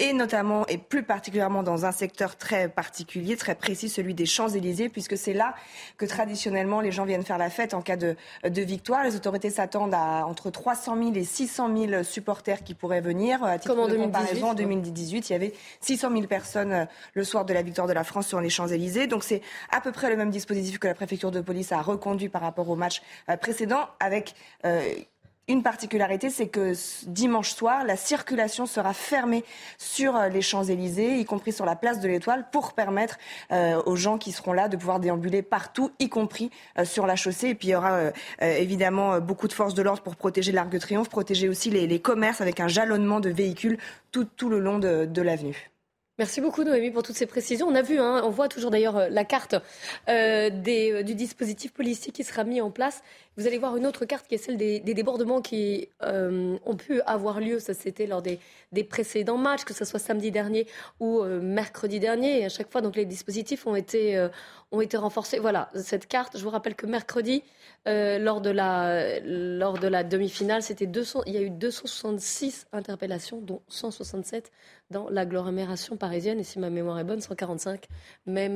et notamment et plus particulièrement dans un secteur très particulier, très précis, celui des Champs-Élysées, puisque c'est là que traditionnellement les gens viennent faire la fête en cas de victoire. Les autorités s'attendent à entre 300 000 et 600 000 supporters qui pourraient venir. À titre de comparaison, en 2018, il y avait 600 000 personnes le soir de la victoire de la France sur les Champs-Élysées. Donc c'est à peu près le même dispositif que la préfecture de police a reconduit par rapport au match précédent, avec une particularité, c'est que dimanche soir, la circulation sera fermée sur les Champs-Élysées, y compris sur la place de l'Étoile, pour permettre aux gens qui seront là de pouvoir déambuler partout, y compris sur la chaussée. Et puis il y aura évidemment beaucoup de forces de l'ordre pour protéger l'Arc de Triomphe, protéger aussi les commerces avec un jalonnement de véhicules tout le long de l'avenue. Merci beaucoup Noémie pour toutes ces précisions. On a vu, on voit toujours d'ailleurs la carte du dispositif policier qui sera mis en place. Vous allez voir une autre carte qui est celle des débordements qui ont pu avoir lieu. Ça, c'était lors des précédents matchs, que ce soit samedi dernier ou mercredi dernier. Et à chaque fois, donc, les dispositifs ont été renforcés. Voilà, cette carte, je vous rappelle que mercredi, lors de la demi-finale, il y a eu 266 interpellations, dont 167 dans l'agglomération parisienne. Et si ma mémoire est bonne, 145 même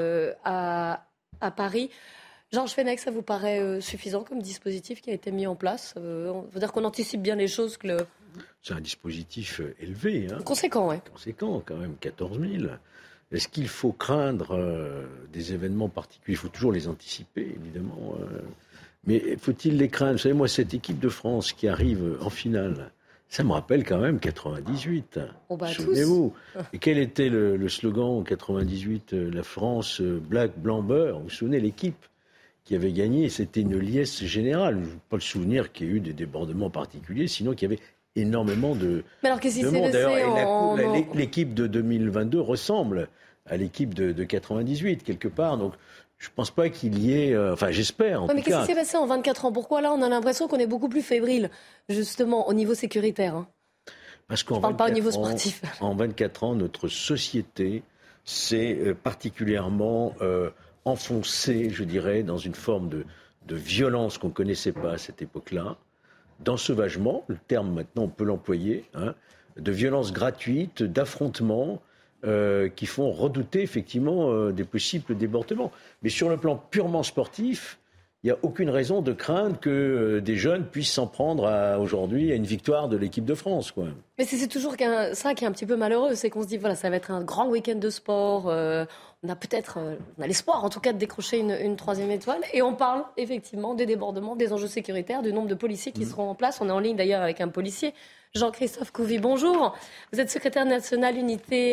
à Paris. Georges Fenech, ça vous paraît suffisant comme dispositif qui a été mis en place? On veut dire qu'on anticipe bien les choses que C'est un dispositif élevé. Conséquent, oui. Conséquent, quand même, 14 000. Est-ce qu'il faut craindre des événements particuliers? Il faut toujours les anticiper, évidemment. Mais faut-il les craindre? Vous savez, moi, cette équipe de France qui arrive en finale, ça me rappelle quand même 98. Souvenez-vous. Et quel était le slogan en 98? La France, black, blanc, beurre. Vous vous souvenez, l'équipe qui avait gagné, c'était une liesse générale. Je n'ai pas le souvenir qu'il y ait eu des débordements particuliers, sinon qu'il y avait énormément de Mais alors, qu'est-ce qui s'est monde. D'ailleurs, l'équipe de 2022 ressemble à l'équipe de 98, quelque part. Donc, je ne pense pas qu'il y ait... Enfin, j'espère, en tout cas. Mais qu'est-ce qui s'est passé en 24 ans? Pourquoi, là, on a l'impression qu'on est beaucoup plus fébrile, justement, au niveau sécuritaire? Parce qu'en je ne parle pas au niveau sportif. En 24 ans, notre société s'est particulièrement enfoncée, je dirais, dans une forme de violence qu'on ne connaissait pas à cette époque-là, d'ensauvagement, le terme maintenant on peut l'employer, de violence gratuite, d'affrontements qui font redouter effectivement des possibles débordements. Mais sur le plan purement sportif, il n'y a aucune raison de craindre que des jeunes puissent s'en prendre aujourd'hui à une victoire de l'équipe de France, quoi. Mais c'est toujours ça qui est un petit peu malheureux, c'est qu'on se dit, voilà, ça va être un grand week-end de sport, on a l'espoir en tout cas de décrocher une troisième étoile, et on parle effectivement des débordements, des enjeux sécuritaires, du nombre de policiers qui seront en place. On est en ligne d'ailleurs avec un policier, Jean-Christophe Couvi, bonjour. Vous êtes secrétaire national unité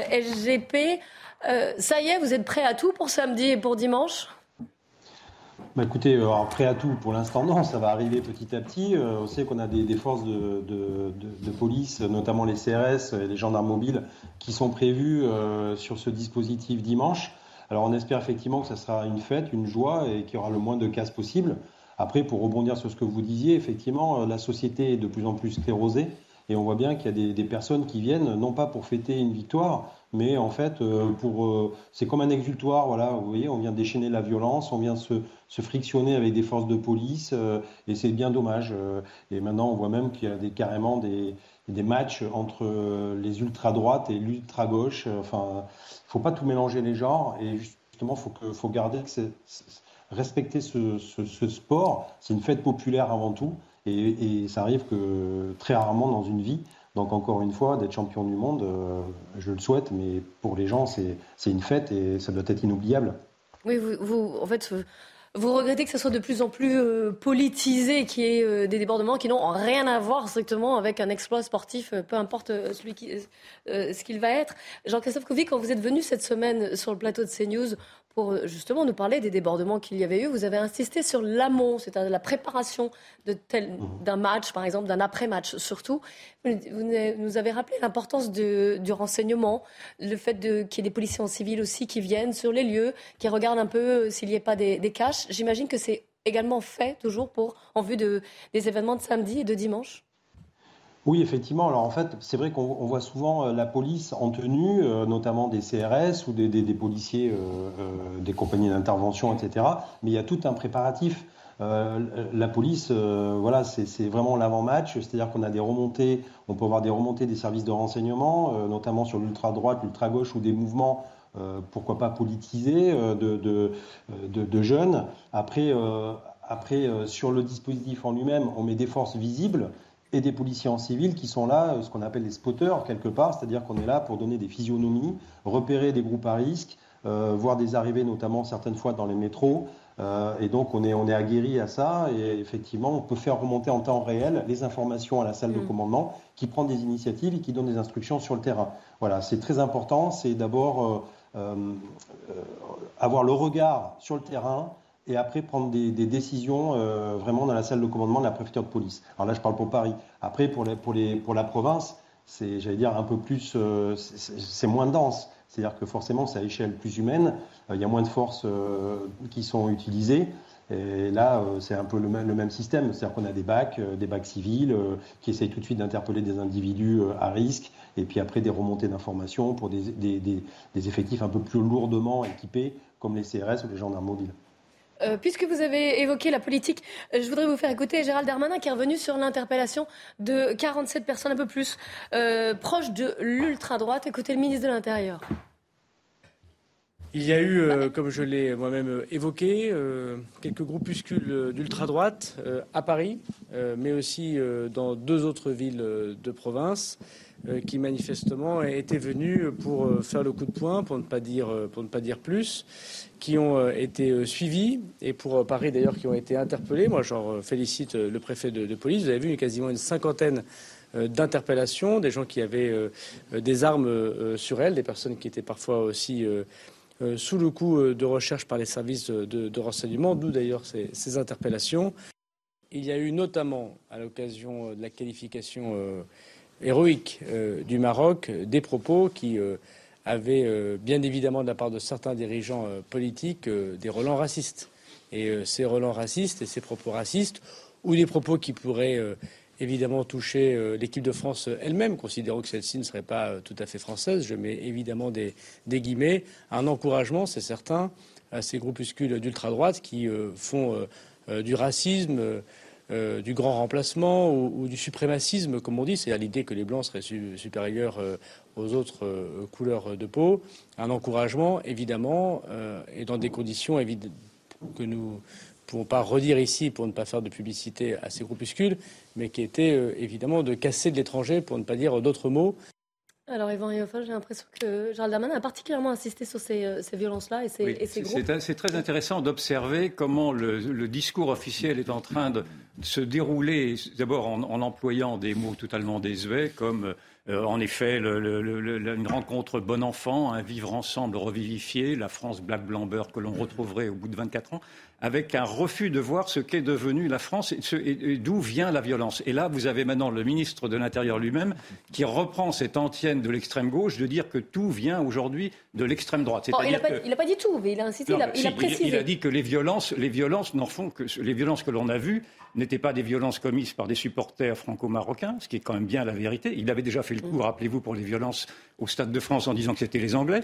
SGP. Ça y est, vous êtes prêt à tout pour samedi et pour dimanche ? Écoutez, prêt à tout, pour l'instant non, ça va arriver petit à petit. On sait qu'on a des forces de police, notamment les CRS et les gendarmes mobiles, qui sont prévus sur ce dispositif dimanche. Alors on espère effectivement que ça sera une fête, une joie et qu'il y aura le moins de casse possible. Après, pour rebondir sur ce que vous disiez, effectivement, la société est de plus en plus sclérosée et on voit bien qu'il y a des personnes qui viennent, non pas pour fêter une victoire, mais en fait, c'est comme un exutoire, voilà, vous voyez, on vient déchaîner la violence, on vient se frictionner avec des forces de police, et c'est bien dommage. Et maintenant, on voit même qu'il y a carrément des matchs entre les ultra-droites et l'ultra-gauche. Enfin, il ne faut pas tout mélanger les genres, et justement, faut garder respecter ce sport. C'est une fête populaire avant tout, et ça arrive que très rarement dans une vie. Donc encore une fois, d'être champion du monde, je le souhaite, mais pour les gens, c'est une fête et ça doit être inoubliable. Oui, en fait, vous regrettez que ça soit de plus en plus politisé, qu'il y ait des débordements qui n'ont rien à voir strictement avec un exploit sportif, peu importe ce qu'il va être. Jean-Christophe Couvi, quand vous êtes venu cette semaine sur le plateau de CNews pour justement nous parler des débordements qu'il y avait eu, vous avez insisté sur l'amont, c'est-à-dire la préparation d'un match, par exemple, d'un après-match surtout. Vous nous avez rappelé l'importance du renseignement, le fait qu'il y ait des policiers en civil aussi qui viennent sur les lieux, qui regardent un peu s'il n'y a pas des caches. J'imagine que c'est également fait toujours en vue des événements de samedi et de dimanche. Oui, effectivement. Alors en fait, c'est vrai qu'on voit souvent la police en tenue, notamment des CRS ou des policiers des compagnies d'intervention, etc. Mais il y a tout un préparatif. La police, voilà, c'est vraiment l'avant-match, c'est-à-dire qu'on a des remontées, on peut avoir des remontées des services de renseignement, notamment sur l'ultra-droite, l'ultra-gauche ou des mouvements, pourquoi pas politisés, de jeunes. Après, sur le dispositif en lui-même, on met des forces visibles et des policiers en civil qui sont là, ce qu'on appelle des spotters quelque part, c'est-à-dire qu'on est là pour donner des physionomies, repérer des groupes à risque, voir des arrivées notamment certaines fois dans les métros. Et donc on est aguerri à ça et effectivement on peut faire remonter en temps réel les informations à la salle de commandement qui prend des initiatives et qui donne des instructions sur le terrain. Voilà, c'est très important, c'est d'abord avoir le regard sur le terrain et après prendre des décisions vraiment dans la salle de commandement de la préfecture de police. Alors là je parle pour Paris. Après pour la province, c'est, j'allais dire, un peu plus, c'est moins dense. C'est-à-dire que forcément, c'est à échelle plus humaine. Il y a moins de forces qui sont utilisées. Et là, c'est un peu le même système. C'est-à-dire qu'on a des bacs civils qui essayent tout de suite d'interpeller des individus à risque. Et puis après, des remontées d'informations pour des effectifs un peu plus lourdement équipés, comme les CRS ou les gendarmes mobiles. Puisque vous avez évoqué la politique, je voudrais vous faire écouter Gérald Darmanin qui est revenu sur l'interpellation de 47 personnes, un peu plus, proches de l'ultra-droite. Écoutez le ministre de l'Intérieur. Il y a eu, comme je l'ai moi-même évoqué, quelques groupuscules d'ultra-droite à Paris, mais aussi dans 2 autres villes de province, qui manifestement étaient venus pour faire le coup de poing, pour ne pas dire plus, qui ont été suivis et pour Paris d'ailleurs qui ont été interpellés. Moi, j'en félicite le préfet de police. Vous avez vu quasiment une 50aine d'interpellations, des gens qui avaient des armes sur elles, des personnes qui étaient parfois aussi sous le coup de recherche par les services de renseignement, d'où d'ailleurs ces interpellations. Il y a eu notamment, à l'occasion de la qualification héroïque du Maroc, des propos qui avaient bien évidemment de la part de certains dirigeants politiques des relents racistes. Et ces relents racistes et ces propos racistes, ou des propos qui pourraient évidemment toucher l'équipe de France elle-même, considérant que celle-ci ne serait pas tout à fait française, je mets évidemment des guillemets, un encouragement, c'est certain, à ces groupuscules d'ultra-droite qui font du racisme, du grand remplacement ou du suprémacisme, comme on dit, c'est-à-dire l'idée que les Blancs seraient supérieurs aux autres couleurs de peau. Un encouragement, évidemment, et dans des conditions que nous ne pouvons pas redire ici pour ne pas faire de publicité à ces groupuscules, mais qui était évidemment de casser de l'étranger, pour ne pas dire d'autres mots. Alors, Yvan Riofol, j'ai l'impression que Gérald Darmanin a particulièrement insisté sur ces violences-là et ces groupes. C'est très intéressant d'observer comment le discours officiel est en train de se dérouler, d'abord en employant des mots totalement désuets, comme en effet une rencontre bon enfant, un vivre ensemble revivifié, la France black blanc beurre que l'on retrouverait au bout de 24 ans, avec un refus de voir ce qu'est devenue la France et d'où vient la violence. Et là, vous avez maintenant le ministre de l'Intérieur lui-même qui reprend cette antienne de l'extrême gauche de dire que tout vient aujourd'hui de l'extrême droite. Il n'a pas dit tout, mais il a insisté, il a précisé. Il a dit que les violences n'en font que les violences que l'on a vues n'étaient pas des violences commises par des supporters franco-marocains, ce qui est quand même bien la vérité. Il avait déjà fait le coup, rappelez-vous, pour les violences au Stade de France en disant que c'était les Anglais.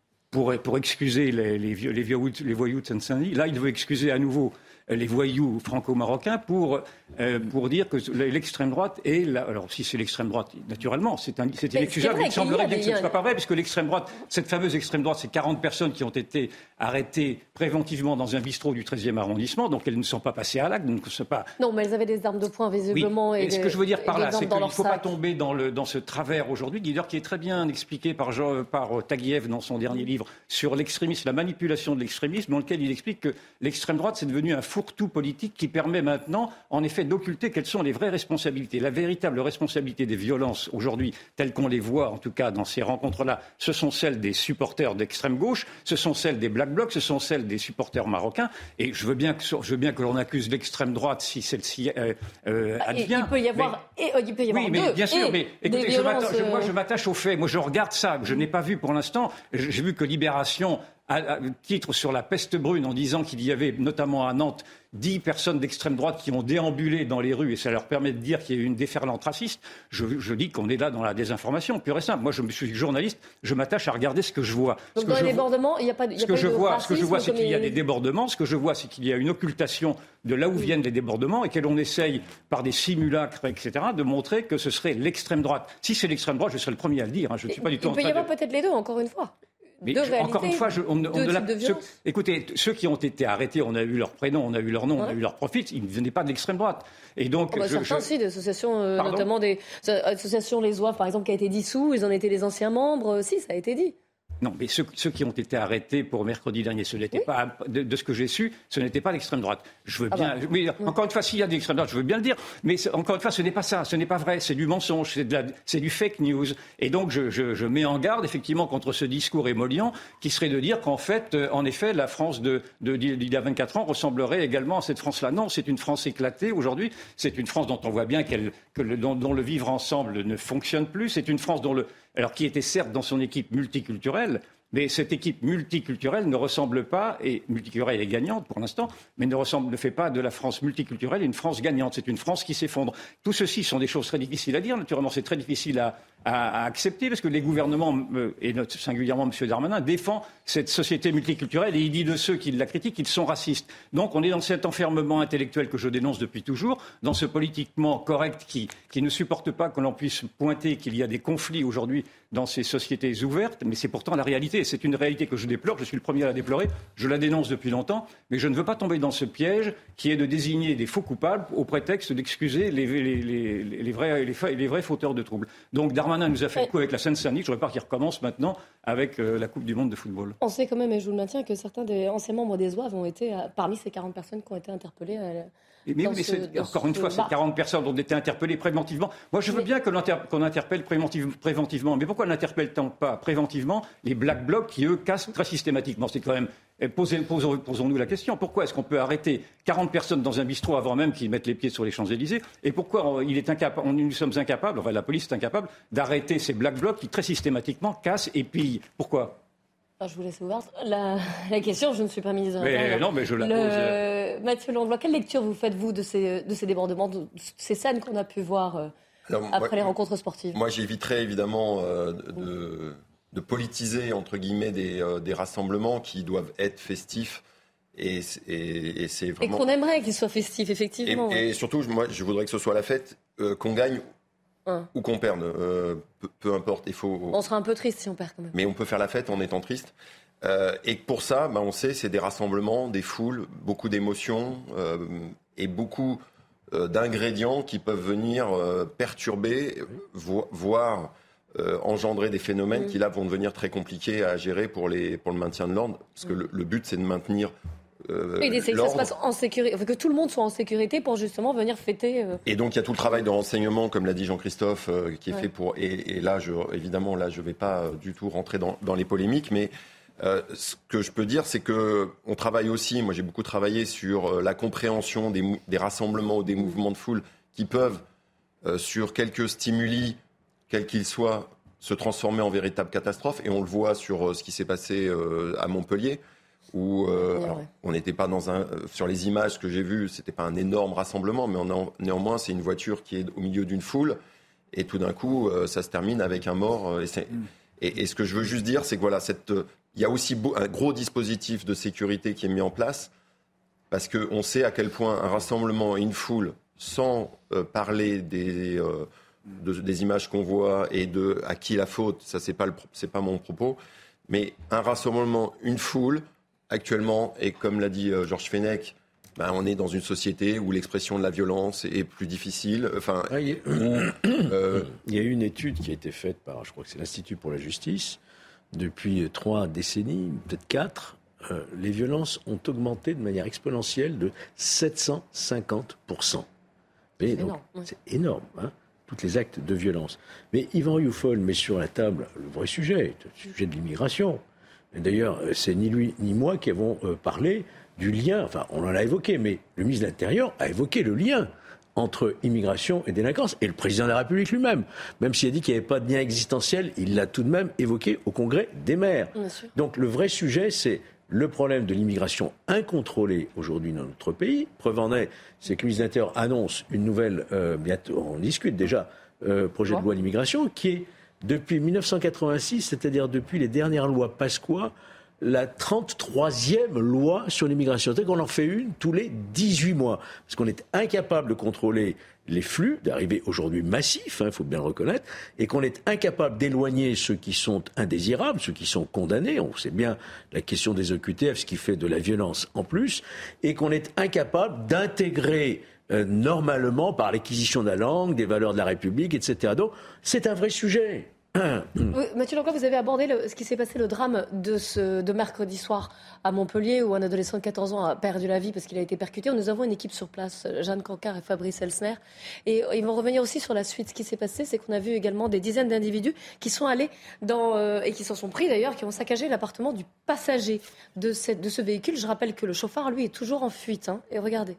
Pour excuser les voyous de Seine-Saint-Denis. Là, il veut excuser à nouveau les voyous franco-marocains pour dire que l'extrême droite est là. Alors, si c'est l'extrême droite, naturellement, c'est inexcusable. Il semblerait bien que ce ne soit pas vrai, puisque l'extrême droite, cette fameuse extrême droite, c'est 40 personnes qui ont été arrêtées préventivement dans un bistrot du 13e arrondissement, donc elles ne sont pas passées à l'acte, donc c'est pas. Non, mais elles avaient des armes de poing visiblement. Oui. Et ce que je veux dire par là, c'est qu'il ne faut pas tomber dans ce travers aujourd'hui, qui est très bien expliqué par Taguieff dans son dernier livre sur l'extrémisme, la manipulation de l'extrémisme, dans lequel il explique que l'extrême droite, c'est devenu un fourre-tout politique qui permet maintenant, en effet, d'occulter quelles sont les vraies responsabilités. La véritable responsabilité des violences aujourd'hui, telles qu'on les voit en tout cas dans ces rencontres-là, ce sont celles des supporters d'extrême gauche, ce sont celles des Black Blocs, ce sont celles des supporters marocains. Et je veux bien que l'on accuse l'extrême droite si celle-ci advient. Il peut y avoir oui, mais bien sûr. Mais écoutez, moi je m'attache aux faits. Moi je regarde ça. Je n'ai pas vu pour l'instant. J'ai vu que Libération à titre sur la peste brune en disant qu'il y avait notamment à Nantes 10 personnes d'extrême droite qui ont déambulé dans les rues et ça leur permet de dire qu'il y a eu une déferlante raciste, je dis qu'on est là dans la désinformation, pure et simple. Moi, je suis journaliste, je m'attache à regarder ce que je vois. Donc dans les débordements, il n'y a pas de racisme. Ce que je vois, c'est qu'il y a des débordements. Ce que je vois, c'est qu'il y a une occultation de là où viennent les débordements et que l'on essaye, par des simulacres, etc., de montrer que ce serait l'extrême droite. Si c'est l'extrême droite, je serais le premier à le dire. Je ne suis pas du tout en train de... Il peut y avoir peut-être les deux, encore une fois. Mais encore une fois, écoutez, ceux qui ont été arrêtés, on a eu leur prénom, on a eu leur nom, on a eu leur profil, ils ne venaient pas de l'extrême droite. Et donc, certains aussi, des associations, notamment des associations Les Oeuvres, par exemple, qui a été dissous, ils en étaient les anciens membres. Si, ça a été dit. Non, mais ceux qui ont été arrêtés pour mercredi dernier, ce n'était pas, de ce que j'ai su, ce n'était pas l'extrême droite. Je veux bien. Oui, encore une fois, s'il y a de l'extrême droite, je veux bien le dire. Mais encore une fois, ce n'est pas ça, ce n'est pas vrai. C'est du mensonge, c'est du fake news. Et donc, je mets en garde effectivement contre ce discours émollient qui serait de dire qu'en fait, en effet, la France d'il y a 24 ans ressemblerait également à cette France-là. Non, c'est une France éclatée aujourd'hui. C'est une France dont on voit bien dont le vivre ensemble ne fonctionne plus. C'est une France alors qui était certes dans son équipe multiculturelle, mais cette équipe multiculturelle ne ressemble pas, et multiculturelle est gagnante pour l'instant, mais ne fait pas de la France multiculturelle une France gagnante. C'est une France qui s'effondre. Tout ceci sont des choses très difficiles à dire. Naturellement, c'est très difficile à accepter parce que les gouvernements, et singulièrement M. Darmanin, défend cette société multiculturelle et il dit de ceux qui la critiquent qu'ils sont racistes. Donc on est dans cet enfermement intellectuel que je dénonce depuis toujours, dans ce politiquement correct qui ne supporte pas que l'on puisse pointer qu'il y a des conflits aujourd'hui dans ces sociétés ouvertes, mais c'est pourtant la réalité. C'est une réalité que je déplore, je suis le premier à la déplorer, je la dénonce depuis longtemps, mais je ne veux pas tomber dans ce piège qui est de désigner des faux coupables au prétexte d'excuser les vrais fauteurs de troubles. Donc Darmanin nous a fait le coup avec la Seine-Saint-Denis, je ne voudrais pas qu'il recommence maintenant avec la Coupe du Monde de football. On sait quand même, et je vous le maintiens, que certains des anciens membres des Oeuvres ont été parmi ces 40 personnes qui ont été interpellées. Encore une fois, ces 40 personnes ont été interpellées préventivement. Moi, je veux bien qu'on interpelle préventivement. Mais pourquoi n'interpelle-t-on pas préventivement les Black Blocs qui, eux, cassent très systématiquement ? C'est quand même... Posons-nous la question. Pourquoi est-ce qu'on peut arrêter 40 personnes dans un bistrot avant même qu'ils mettent les pieds sur les Champs-Élysées ? Et pourquoi nous sommes incapables, enfin la police est incapable, d'arrêter ces Black Blocs qui très systématiquement cassent et pillent ? Pourquoi ? Je vous laisse ouverte la question, je ne suis pas ministre de l'Intérieur. Non, mais je la pose. Mathieu Langlois, quelle lecture vous faites-vous de ces débordements, de ces scènes qu'on a pu voir après les rencontres sportives ? Moi, j'éviterais évidemment de politiser, entre guillemets, des rassemblements qui doivent être festifs. Et c'est vraiment... Et qu'on aimerait qu'ils soient festifs, effectivement. Et surtout, moi, je voudrais que ce soit la fête, qu'on gagne ou qu'on perde, peu importe. On sera un peu triste si on perd quand même. Mais on peut faire la fête en étant triste. Et pour ça, on sait, c'est des rassemblements, des foules, beaucoup d'émotions et beaucoup d'ingrédients qui peuvent venir perturber, voire engendrer des phénomènes qui là vont devenir très compliqués à gérer pour le maintien de l'ordre. Parce que le but, c'est de maintenir... et d'essayer que ça se passe en sécurité, que tout le monde soit en sécurité pour justement venir fêter. Et donc il y a tout le travail de renseignement, comme l'a dit Jean-Christophe, qui est fait pour. Et là, évidemment, je ne vais pas du tout rentrer dans les polémiques, mais ce que je peux dire, c'est que on travaille aussi. Moi, j'ai beaucoup travaillé sur la compréhension des rassemblements ou des mouvements de foule qui peuvent, sur quelques stimuli, quels qu'ils soient, se transformer en véritable catastrophe. Et on le voit sur ce qui s'est passé à Montpellier. Où on n'était pas sur les images que j'ai vues, c'était pas un énorme rassemblement, mais néanmoins c'est une voiture qui est au milieu d'une foule et tout d'un coup ça se termine avec un mort. Et ce que je veux juste dire, c'est que voilà, il y a aussi un gros dispositif de sécurité qui est mis en place parce qu'on sait à quel point un rassemblement et une foule, sans parler des images qu'on voit et de à qui la faute, ça c'est pas mon propos, mais un rassemblement, une foule. Actuellement, et comme l'a dit Georges Fenech, on est dans une société où l'expression de la violence est plus difficile. Il y a eu une étude qui a été faite par, je crois que c'est l'Institut pour la justice, depuis 3 décennies, peut-être 4, les violences ont augmenté de manière exponentielle de 750%. C'est énorme, tous les actes de violence. Mais Yvan Rioufol met sur la table le vrai sujet, le sujet de l'immigration. Et d'ailleurs, c'est ni lui ni moi qui avons parlé du lien, on en a évoqué, mais le ministre de l'Intérieur a évoqué le lien entre immigration et délinquance. Et le président de la République lui-même, même s'il a dit qu'il n'y avait pas de lien existentiel, il l'a tout de même évoqué au Congrès des maires. Donc le vrai sujet, c'est le problème de l'immigration incontrôlée aujourd'hui dans notre pays. Preuve en est, c'est que le ministre de l'Intérieur annonce une nouvelle, bientôt on discute déjà, projet de loi d'immigration, qui est depuis 1986, c'est-à-dire depuis les dernières lois Pasqua, la 33e loi sur l'immigration. C'est-à-dire qu'on en fait une tous les 18 mois. Parce qu'on est incapable de contrôler les flux, d'arrivée aujourd'hui massifs, il faut bien le reconnaître, et qu'on est incapable d'éloigner ceux qui sont indésirables, ceux qui sont condamnés. On sait bien la question des OQTF, ce qui fait de la violence en plus, et qu'on est incapable d'intégrer normalement par l'acquisition de la langue, des valeurs de la République, etc. Donc c'est un vrai sujet. Oui, Mathieu Langlois, vous avez abordé ce qui s'est passé, le drame de mercredi soir à Montpellier, où un adolescent de 14 ans a perdu la vie parce qu'il a été percuté. Nous avons une équipe sur place, Jeanne Cancard et Fabrice Elsner. Et ils vont revenir aussi sur la suite. Ce qui s'est passé, c'est qu'on a vu également des dizaines d'individus qui sont allés et qui s'en sont pris d'ailleurs, qui ont saccagé l'appartement du passager de ce véhicule. Je rappelle que le chauffard, lui, est toujours en fuite. Et regardez.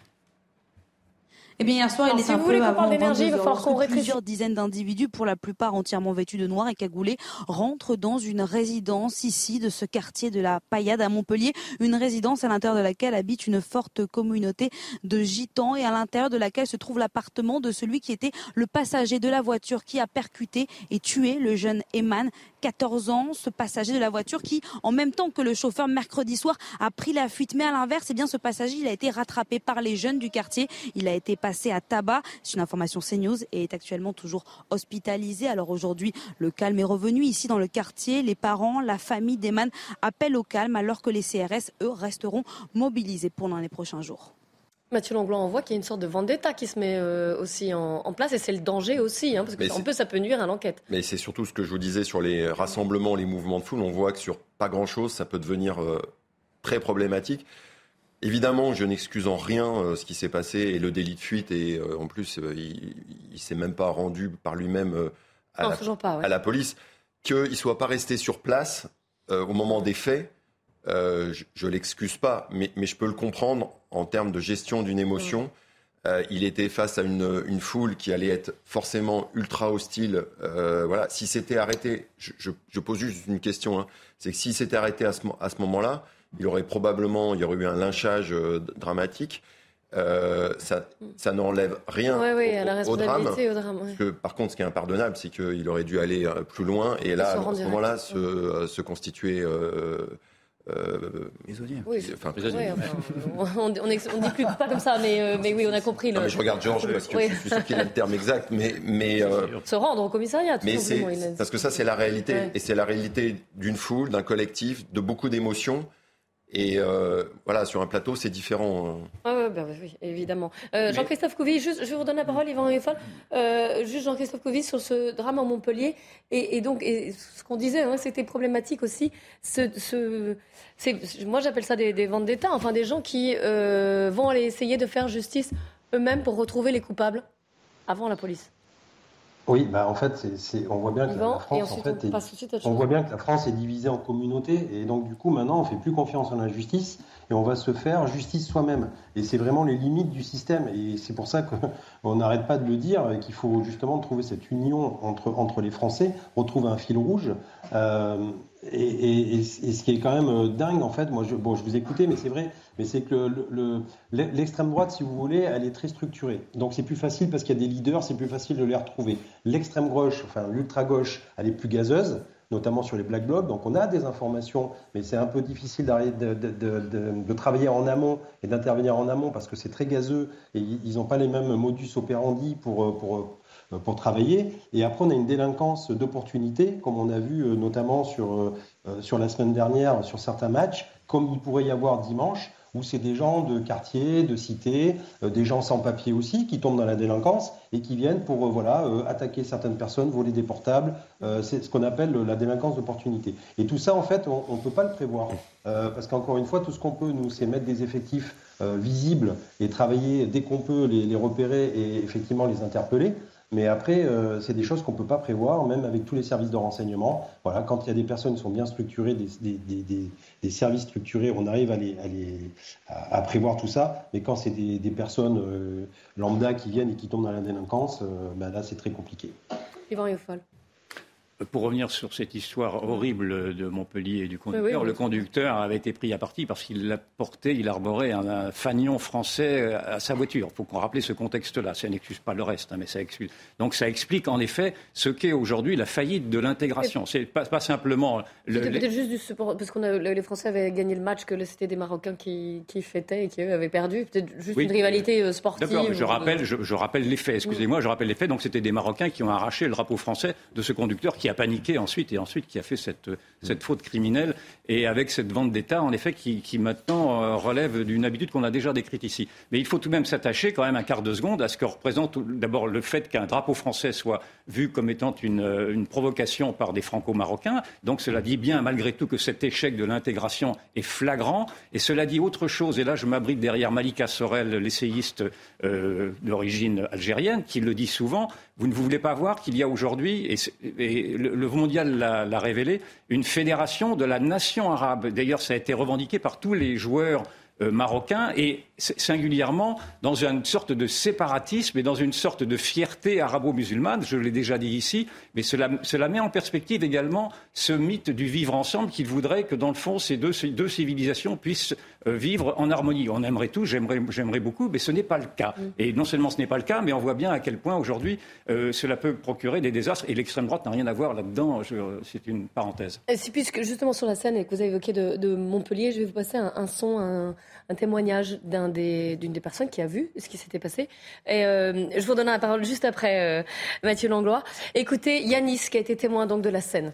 Eh bien, hier soir, il est un peu avant 22 heures, lorsque plusieurs dizaines d'individus, pour la plupart entièrement vêtus de noir et cagoulés, rentrent dans une résidence ici de ce quartier de la Paillade à Montpellier. Une résidence à l'intérieur de laquelle habite une forte communauté de gitans et à l'intérieur de laquelle se trouve l'appartement de celui qui était le passager de la voiture qui a percuté et tué le jeune Eman, 14 ans, ce passager de la voiture qui, en même temps que le chauffeur mercredi soir, a pris la fuite. Mais à l'inverse, eh bien, ce passager, il a été rattrapé par les jeunes du quartier. Il a été passé à tabac. C'est une information CNews et est actuellement toujours hospitalisé. Alors aujourd'hui, le calme est revenu ici dans le quartier. Les parents, la famille d'Eman appellent au calme alors que les CRS, eux, resteront mobilisés pendant les prochains jours. Mathieu Langlois, on voit qu'il y a une sorte de vendetta qui se met aussi en place et c'est le danger aussi, parce que ça peut nuire à l'enquête. Mais c'est surtout ce que je vous disais sur les rassemblements, les mouvements de foule. On voit que sur pas grand-chose, ça peut devenir très problématique. Évidemment, je n'excuse en rien ce qui s'est passé et le délit de fuite. Et en plus, il ne s'est même pas rendu par lui-même à la police. Qu'il ne soit pas resté sur place au moment des faits, je ne l'excuse pas, mais je peux le comprendre en termes de gestion d'une émotion. Il était face à une foule qui allait être forcément ultra hostile. Voilà. Si c'était arrêté, je pose juste une question, c'est que s'il s'était arrêté à ce moment-là, il y aurait eu un lynchage dramatique. Ça n'enlève rien au drame. Parce que, par contre, ce qui est impardonnable, c'est qu'il aurait dû aller plus loin et là, à ce moment-là, se constituer... Prisonnier. Oui, on dit plus pas comme ça, mais oui, on a compris. Mais je regarde Georges parce que je suis sûr qu'il a le terme exact, mais se rendre au commissariat. Tout simplement, parce que ça, c'est la réalité, et c'est la réalité d'une foule, d'un collectif, de beaucoup d'émotions. Et voilà, sur un plateau, c'est différent. Oui, évidemment. Jean-Christophe Couvi, je vais vous donner la parole, Yvan Rieffol. Juste Jean-Christophe Couvi sur ce drame en Montpellier. Et donc, ce qu'on disait, c'était problématique aussi. Moi, j'appelle ça des vendettas, enfin des gens qui vont aller essayer de faire justice eux-mêmes pour retrouver les coupables avant la police. Oui, en fait, on voit bien que la France est divisée en communautés et donc du coup maintenant on fait plus confiance en la justice et on va se faire justice soi-même. Et c'est vraiment les limites du système et c'est pour ça qu'on n'arrête pas de le dire qu'il faut justement trouver cette union entre les Français, retrouver un fil rouge. Et ce qui est quand même dingue, en fait, moi, je vous écoutais, mais c'est vrai, mais c'est que l'extrême droite, si vous voulez, elle est très structurée. Donc c'est plus facile parce qu'il y a des leaders, c'est plus facile de les retrouver. L'extrême gauche, enfin l'ultra gauche, elle est plus gazeuse, notamment sur les black blocs. Donc on a des informations, mais c'est un peu difficile de travailler en amont et d'intervenir en amont parce que c'est très gazeux et ils n'ont pas les mêmes modus operandi pour travailler. Et après, on a une délinquance d'opportunité, comme on a vu notamment sur la semaine dernière, sur certains matchs, comme il pourrait y avoir dimanche, où c'est des gens de quartier, de cité, des gens sans papier aussi, qui tombent dans la délinquance et qui viennent pour attaquer certaines personnes, voler des portables. C'est ce qu'on appelle la délinquance d'opportunité. Et tout ça, en fait, on ne peut pas le prévoir. Parce qu'encore une fois, tout ce qu'on peut, nous, c'est mettre des effectifs visibles et travailler dès qu'on peut les repérer et effectivement les interpeller. Mais après, c'est des choses qu'on ne peut pas prévoir, même avec tous les services de renseignement. Voilà, quand il y a des personnes qui sont bien structurées, des services structurés, on arrive à prévoir tout ça. Mais quand c'est des personnes lambda qui viennent et qui tombent dans la délinquance, là, c'est très compliqué. Yvan Rioufol. Pour revenir sur cette histoire horrible de Montpellier et du conducteur, oui. Le conducteur avait été pris à partie parce qu'il arborait un fanion français à sa voiture. Il faut qu'on rappelle ce contexte-là. Ça n'excuse pas le reste, mais ça excuse. Donc ça explique en effet ce qu'est aujourd'hui la faillite de l'intégration. C'est pas simplement... C'était peut-être juste du support, parce que les Français avaient gagné le match, que c'était des Marocains qui fêtaient et qui, eux, avaient perdu. Peut-être juste une rivalité sportive. D'accord, mais je rappelle les faits. Excusez-moi, je rappelle les faits. Donc c'était des Marocains qui ont arraché le drapeau français de ce conducteur qui a paniqué ensuite qui a fait cette faute criminelle, et avec cette vente d'État, en effet, qui maintenant relève d'une habitude qu'on a déjà décrite ici. Mais il faut tout de même s'attacher quand même un quart de seconde à ce que représente d'abord le fait qu'un drapeau français soit vu comme étant une provocation par des franco-marocains. Donc cela dit bien, malgré tout, que cet échec de l'intégration est flagrant. Et cela dit autre chose, et là je m'abrite derrière Malika Sorel, l'essayiste d'origine algérienne, qui le dit souvent. Vous ne voulez pas voir qu'il y a aujourd'hui, et le mondial l'a révélé, une fédération de la nation arabe. D'ailleurs, ça a été revendiqué par tous les joueurs marocains, et singulièrement dans une sorte de séparatisme et dans une sorte de fierté arabo-musulmane, je l'ai déjà dit ici, mais cela met en perspective également ce mythe du vivre ensemble qu'il voudrait que, dans le fond, ces deux civilisations puissent vivre en harmonie. On aimerait tout, j'aimerais beaucoup, mais ce n'est pas le cas. Et non seulement ce n'est pas le cas, mais on voit bien à quel point aujourd'hui cela peut procurer des désastres, et l'extrême droite n'a rien à voir là-dedans, c'est une parenthèse. Et puisque justement sur la scène et que vous avez évoqué de Montpellier, je vais vous passer un son, un témoignage d'une des personnes qui a vu ce qui s'était passé. Et je vous donne la parole juste après Mathieu Langlois. Écoutez Yanis, qui a été témoin donc de la scène.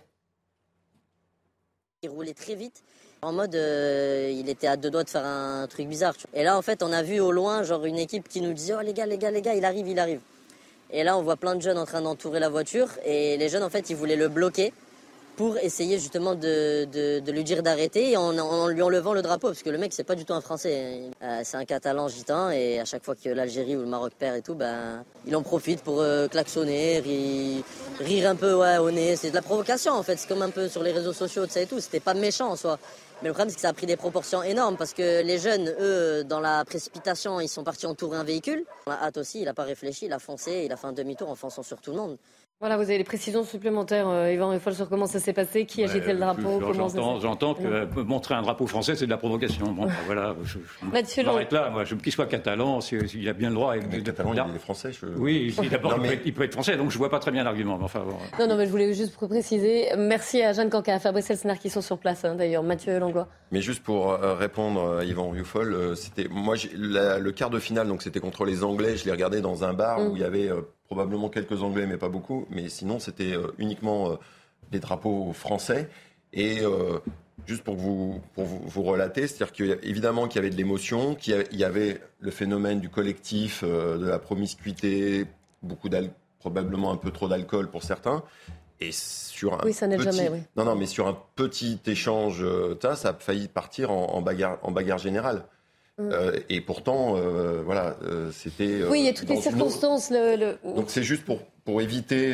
Il roulait très vite. En mode, il était à deux doigts de faire un truc bizarre. Et là, en fait, on a vu au loin, genre, une équipe qui nous disait « Oh, les gars, il arrive. » Et là, on voit plein de jeunes en train d'entourer la voiture. Et les jeunes, en fait, ils voulaient le bloquer pour essayer justement de lui dire d'arrêter en lui enlevant le drapeau. Parce que le mec, c'est pas du tout un Français. C'est un Catalan gitan. Et à chaque fois que l'Algérie ou le Maroc perd et tout, il en profite pour klaxonner, rire un peu au nez. C'est de la provocation, en fait. C'est comme un peu sur les réseaux sociaux, tu sais, et tout. C'était pas méchant, en soi. Mais le problème, c'est que ça a pris des proportions énormes parce que les jeunes, eux, dans la précipitation, ils sont partis entourer un véhicule. La hâte aussi, il n'a pas réfléchi, il a foncé, il a fait un demi-tour en fonçant sur tout le monde. Voilà, vous avez des précisions supplémentaires, Yvan Rioufol, sur comment ça s'est passé, qui agitait le drapeau, J'entends que montrer un drapeau français, c'est de la provocation. Bon, voilà, je m'arrête là. Moi, qu'il soit catalan, il a bien le droit. Le catalan, il est français. Oui, d'abord, il peut être français, donc je vois pas très bien l'argument. Mais enfin, bon. Non, mais je voulais juste préciser. Merci à Jeanne Canca, à Fabrice Elsner qui sont sur place, d'ailleurs. Mathieu Langlois. Mais juste pour répondre à Yvan Rioufol, le quart de finale, donc c'était contre les Anglais. Je l'ai regardé dans un bar où il y avait probablement quelques Anglais, mais pas beaucoup. Mais sinon, c'était uniquement des drapeaux français. Et juste pour vous relater, c'est-à-dire qu'évidemment qu'il y avait de l'émotion, qu'il y avait le phénomène du collectif, de la promiscuité, probablement un peu trop d'alcool pour certains. Et sur un ça n'aide jamais, oui. Non, mais sur un petit échange, ça a failli partir en bagarre générale. Et pourtant, c'était... oui, il y a toutes les circonstances. Donc c'est juste pour éviter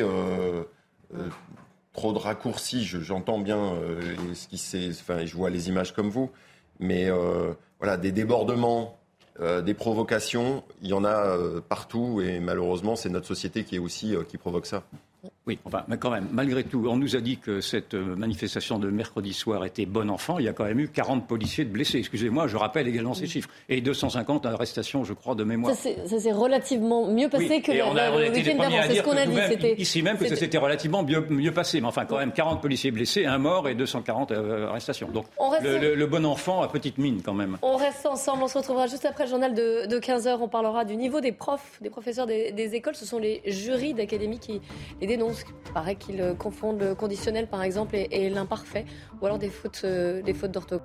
trop de raccourcis. J'entends bien ce qui s'est... Enfin, je vois les images comme vous. Mais des débordements, des provocations, il y en a partout. Et malheureusement, c'est notre société qui provoque ça. Oui, mais quand même, malgré tout, on nous a dit que cette manifestation de mercredi soir était bon enfant. Il y a quand même eu 40 policiers de blessés. Excusez-moi, je rappelle également ces chiffres. Et 250 arrestations, je crois, de mémoire. Ça s'est relativement mieux passé que le week-end d'avant. C'est ce qu'on a dit. Ici même que ça s'était relativement mieux passé. Mais enfin, quand même, 40 policiers blessés, un mort et 240 arrestations. Donc, le bon enfant à petite mine, quand même. On reste ensemble. On se retrouvera juste après le journal de 15h. On parlera du niveau des profs, des professeurs des écoles. Ce sont les jurys d'académie qui les dénoncent. Il paraît qu'ils confondent le conditionnel, par exemple, et l'imparfait, ou alors des fautes d'orthographe.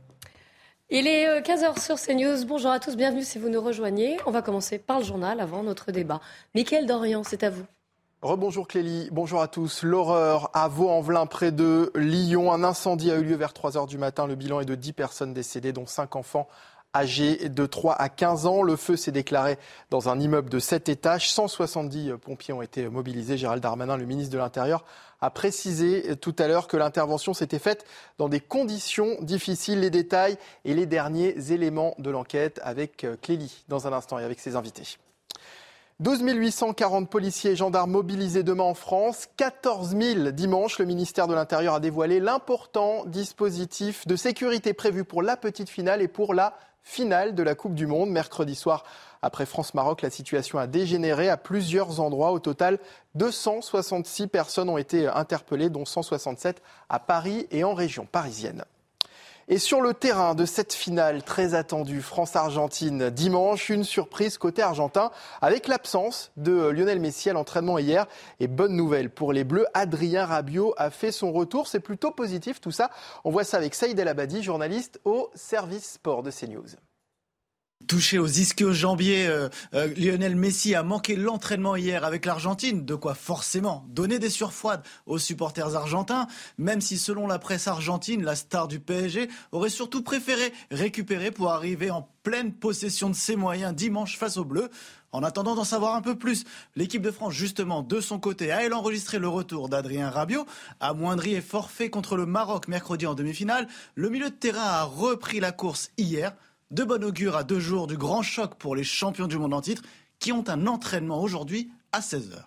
Il est 15h sur CNews. Bonjour à tous, bienvenue si vous nous rejoignez. On va commencer par le journal avant notre débat. Mickaël Dorian, c'est à vous. Rebonjour Clélie, bonjour à tous. L'horreur à Vaux-en-Velin, près de Lyon. Un incendie a eu lieu vers 3h du matin. Le bilan est de 10 personnes décédées, dont 5 enfants âgés de 3 à 15 ans. Le feu s'est déclaré dans un immeuble de 7 étages. 170 pompiers ont été mobilisés. Gérald Darmanin, le ministre de l'Intérieur, a précisé tout à l'heure que l'intervention s'était faite dans des conditions difficiles. Les détails et les derniers éléments de l'enquête avec Clélie dans un instant et avec ses invités. 12 840 policiers et gendarmes mobilisés demain en France, 14 000 dimanche. Le ministère de l'Intérieur a dévoilé l'important dispositif de sécurité prévu pour la petite finale et pour la finale de la Coupe du Monde. Mercredi soir, après France-Maroc, la situation a dégénéré à plusieurs endroits. Au total, 266 personnes ont été interpellées, dont 167 à Paris et en région parisienne. Et sur le terrain de cette finale très attendue, France-Argentine dimanche, une surprise côté argentin avec l'absence de Lionel Messi à l'entraînement hier. Et bonne nouvelle pour les Bleus, Adrien Rabiot a fait son retour. C'est plutôt positif tout ça. On voit ça avec Saïd El Abadi, journaliste au service sport de CNews. Touché aux ischio-jambiers, Lionel Messi a manqué l'entraînement hier avec l'Argentine, de quoi forcément donner des surfroides aux supporters argentins, même si selon la presse argentine, la star du PSG aurait surtout préféré récupérer pour arriver en pleine possession de ses moyens dimanche face aux Bleus. En attendant d'en savoir un peu plus, l'équipe de France, justement, de son côté, a elle enregistré le retour d'Adrien Rabiot, amoindri et forfait contre le Maroc mercredi en demi-finale. Le milieu de terrain a repris la course hier. De bon augure à 2 jours du grand choc pour les champions du monde en titre qui ont un entraînement aujourd'hui à 16h.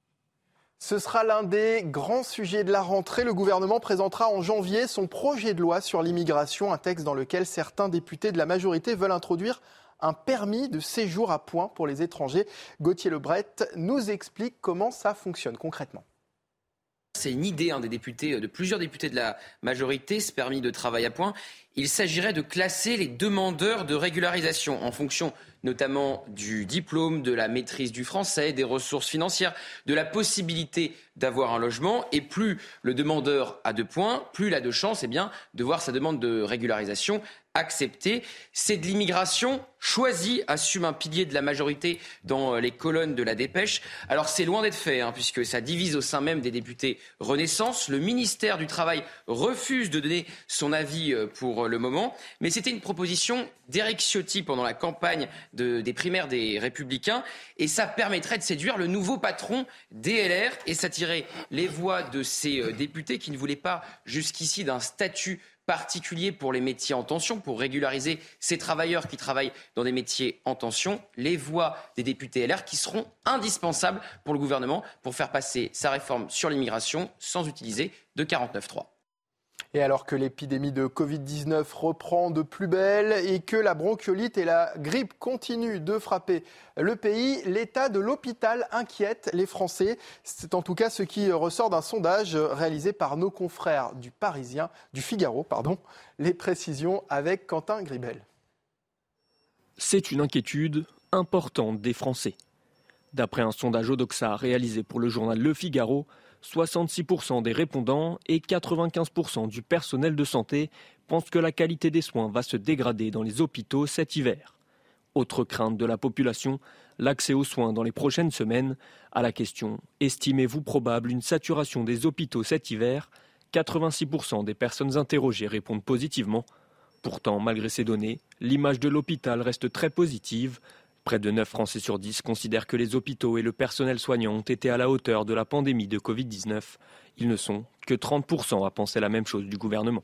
Ce sera l'un des grands sujets de la rentrée. Le gouvernement présentera en janvier son projet de loi sur l'immigration, un texte dans lequel certains députés de la majorité veulent introduire un permis de séjour à points pour les étrangers. Gauthier Lebret nous explique comment ça fonctionne concrètement. C'est une idée de plusieurs députés de la majorité, ce permis de travail à points. Il s'agirait de classer les demandeurs de régularisation en fonction notamment du diplôme, de la maîtrise du français, des ressources financières, de la possibilité d'avoir un logement. Et plus le demandeur a de points, plus il a de chances de voir sa demande de régularisation acceptée. C'est de l'immigration choisie, assume un pilier de la majorité dans les colonnes de la Dépêche. Alors c'est loin d'être fait, puisque ça divise au sein même des députés Renaissance. Le ministère du Travail refuse de donner son avis pour le moment. Mais c'était une proposition d'Éric Ciotti pendant la campagne des primaires des Républicains. Et ça permettrait de séduire le nouveau patron des LR et s'attirer les voix de ces députés qui ne voulaient pas jusqu'ici d'un statut particulier pour les métiers en tension, pour régulariser ces travailleurs qui travaillent dans des métiers en tension. Les voix des députés LR qui seront indispensables pour le gouvernement pour faire passer sa réforme sur l'immigration sans utiliser de 49.3. Et alors que l'épidémie de Covid-19 reprend de plus belle et que la bronchiolite et la grippe continuent de frapper le pays, l'état de l'hôpital inquiète les Français. C'est en tout cas ce qui ressort d'un sondage réalisé par nos confrères du Figaro. Les précisions avec Quentin Gribel. C'est une inquiétude importante des Français. D'après un sondage Odoxa réalisé pour le journal Le Figaro, 66% des répondants et 95% du personnel de santé pensent que la qualité des soins va se dégrader dans les hôpitaux cet hiver. Autre crainte de la population, l'accès aux soins dans les prochaines semaines. À la question « Estimez-vous probable une saturation des hôpitaux cet hiver ?», 86% des personnes interrogées répondent positivement. Pourtant, malgré ces données, l'image de l'hôpital reste très positive. Près de 9 Français sur 10 considèrent que les hôpitaux et le personnel soignant ont été à la hauteur de la pandémie de Covid-19. Ils ne sont que 30% à penser la même chose du gouvernement.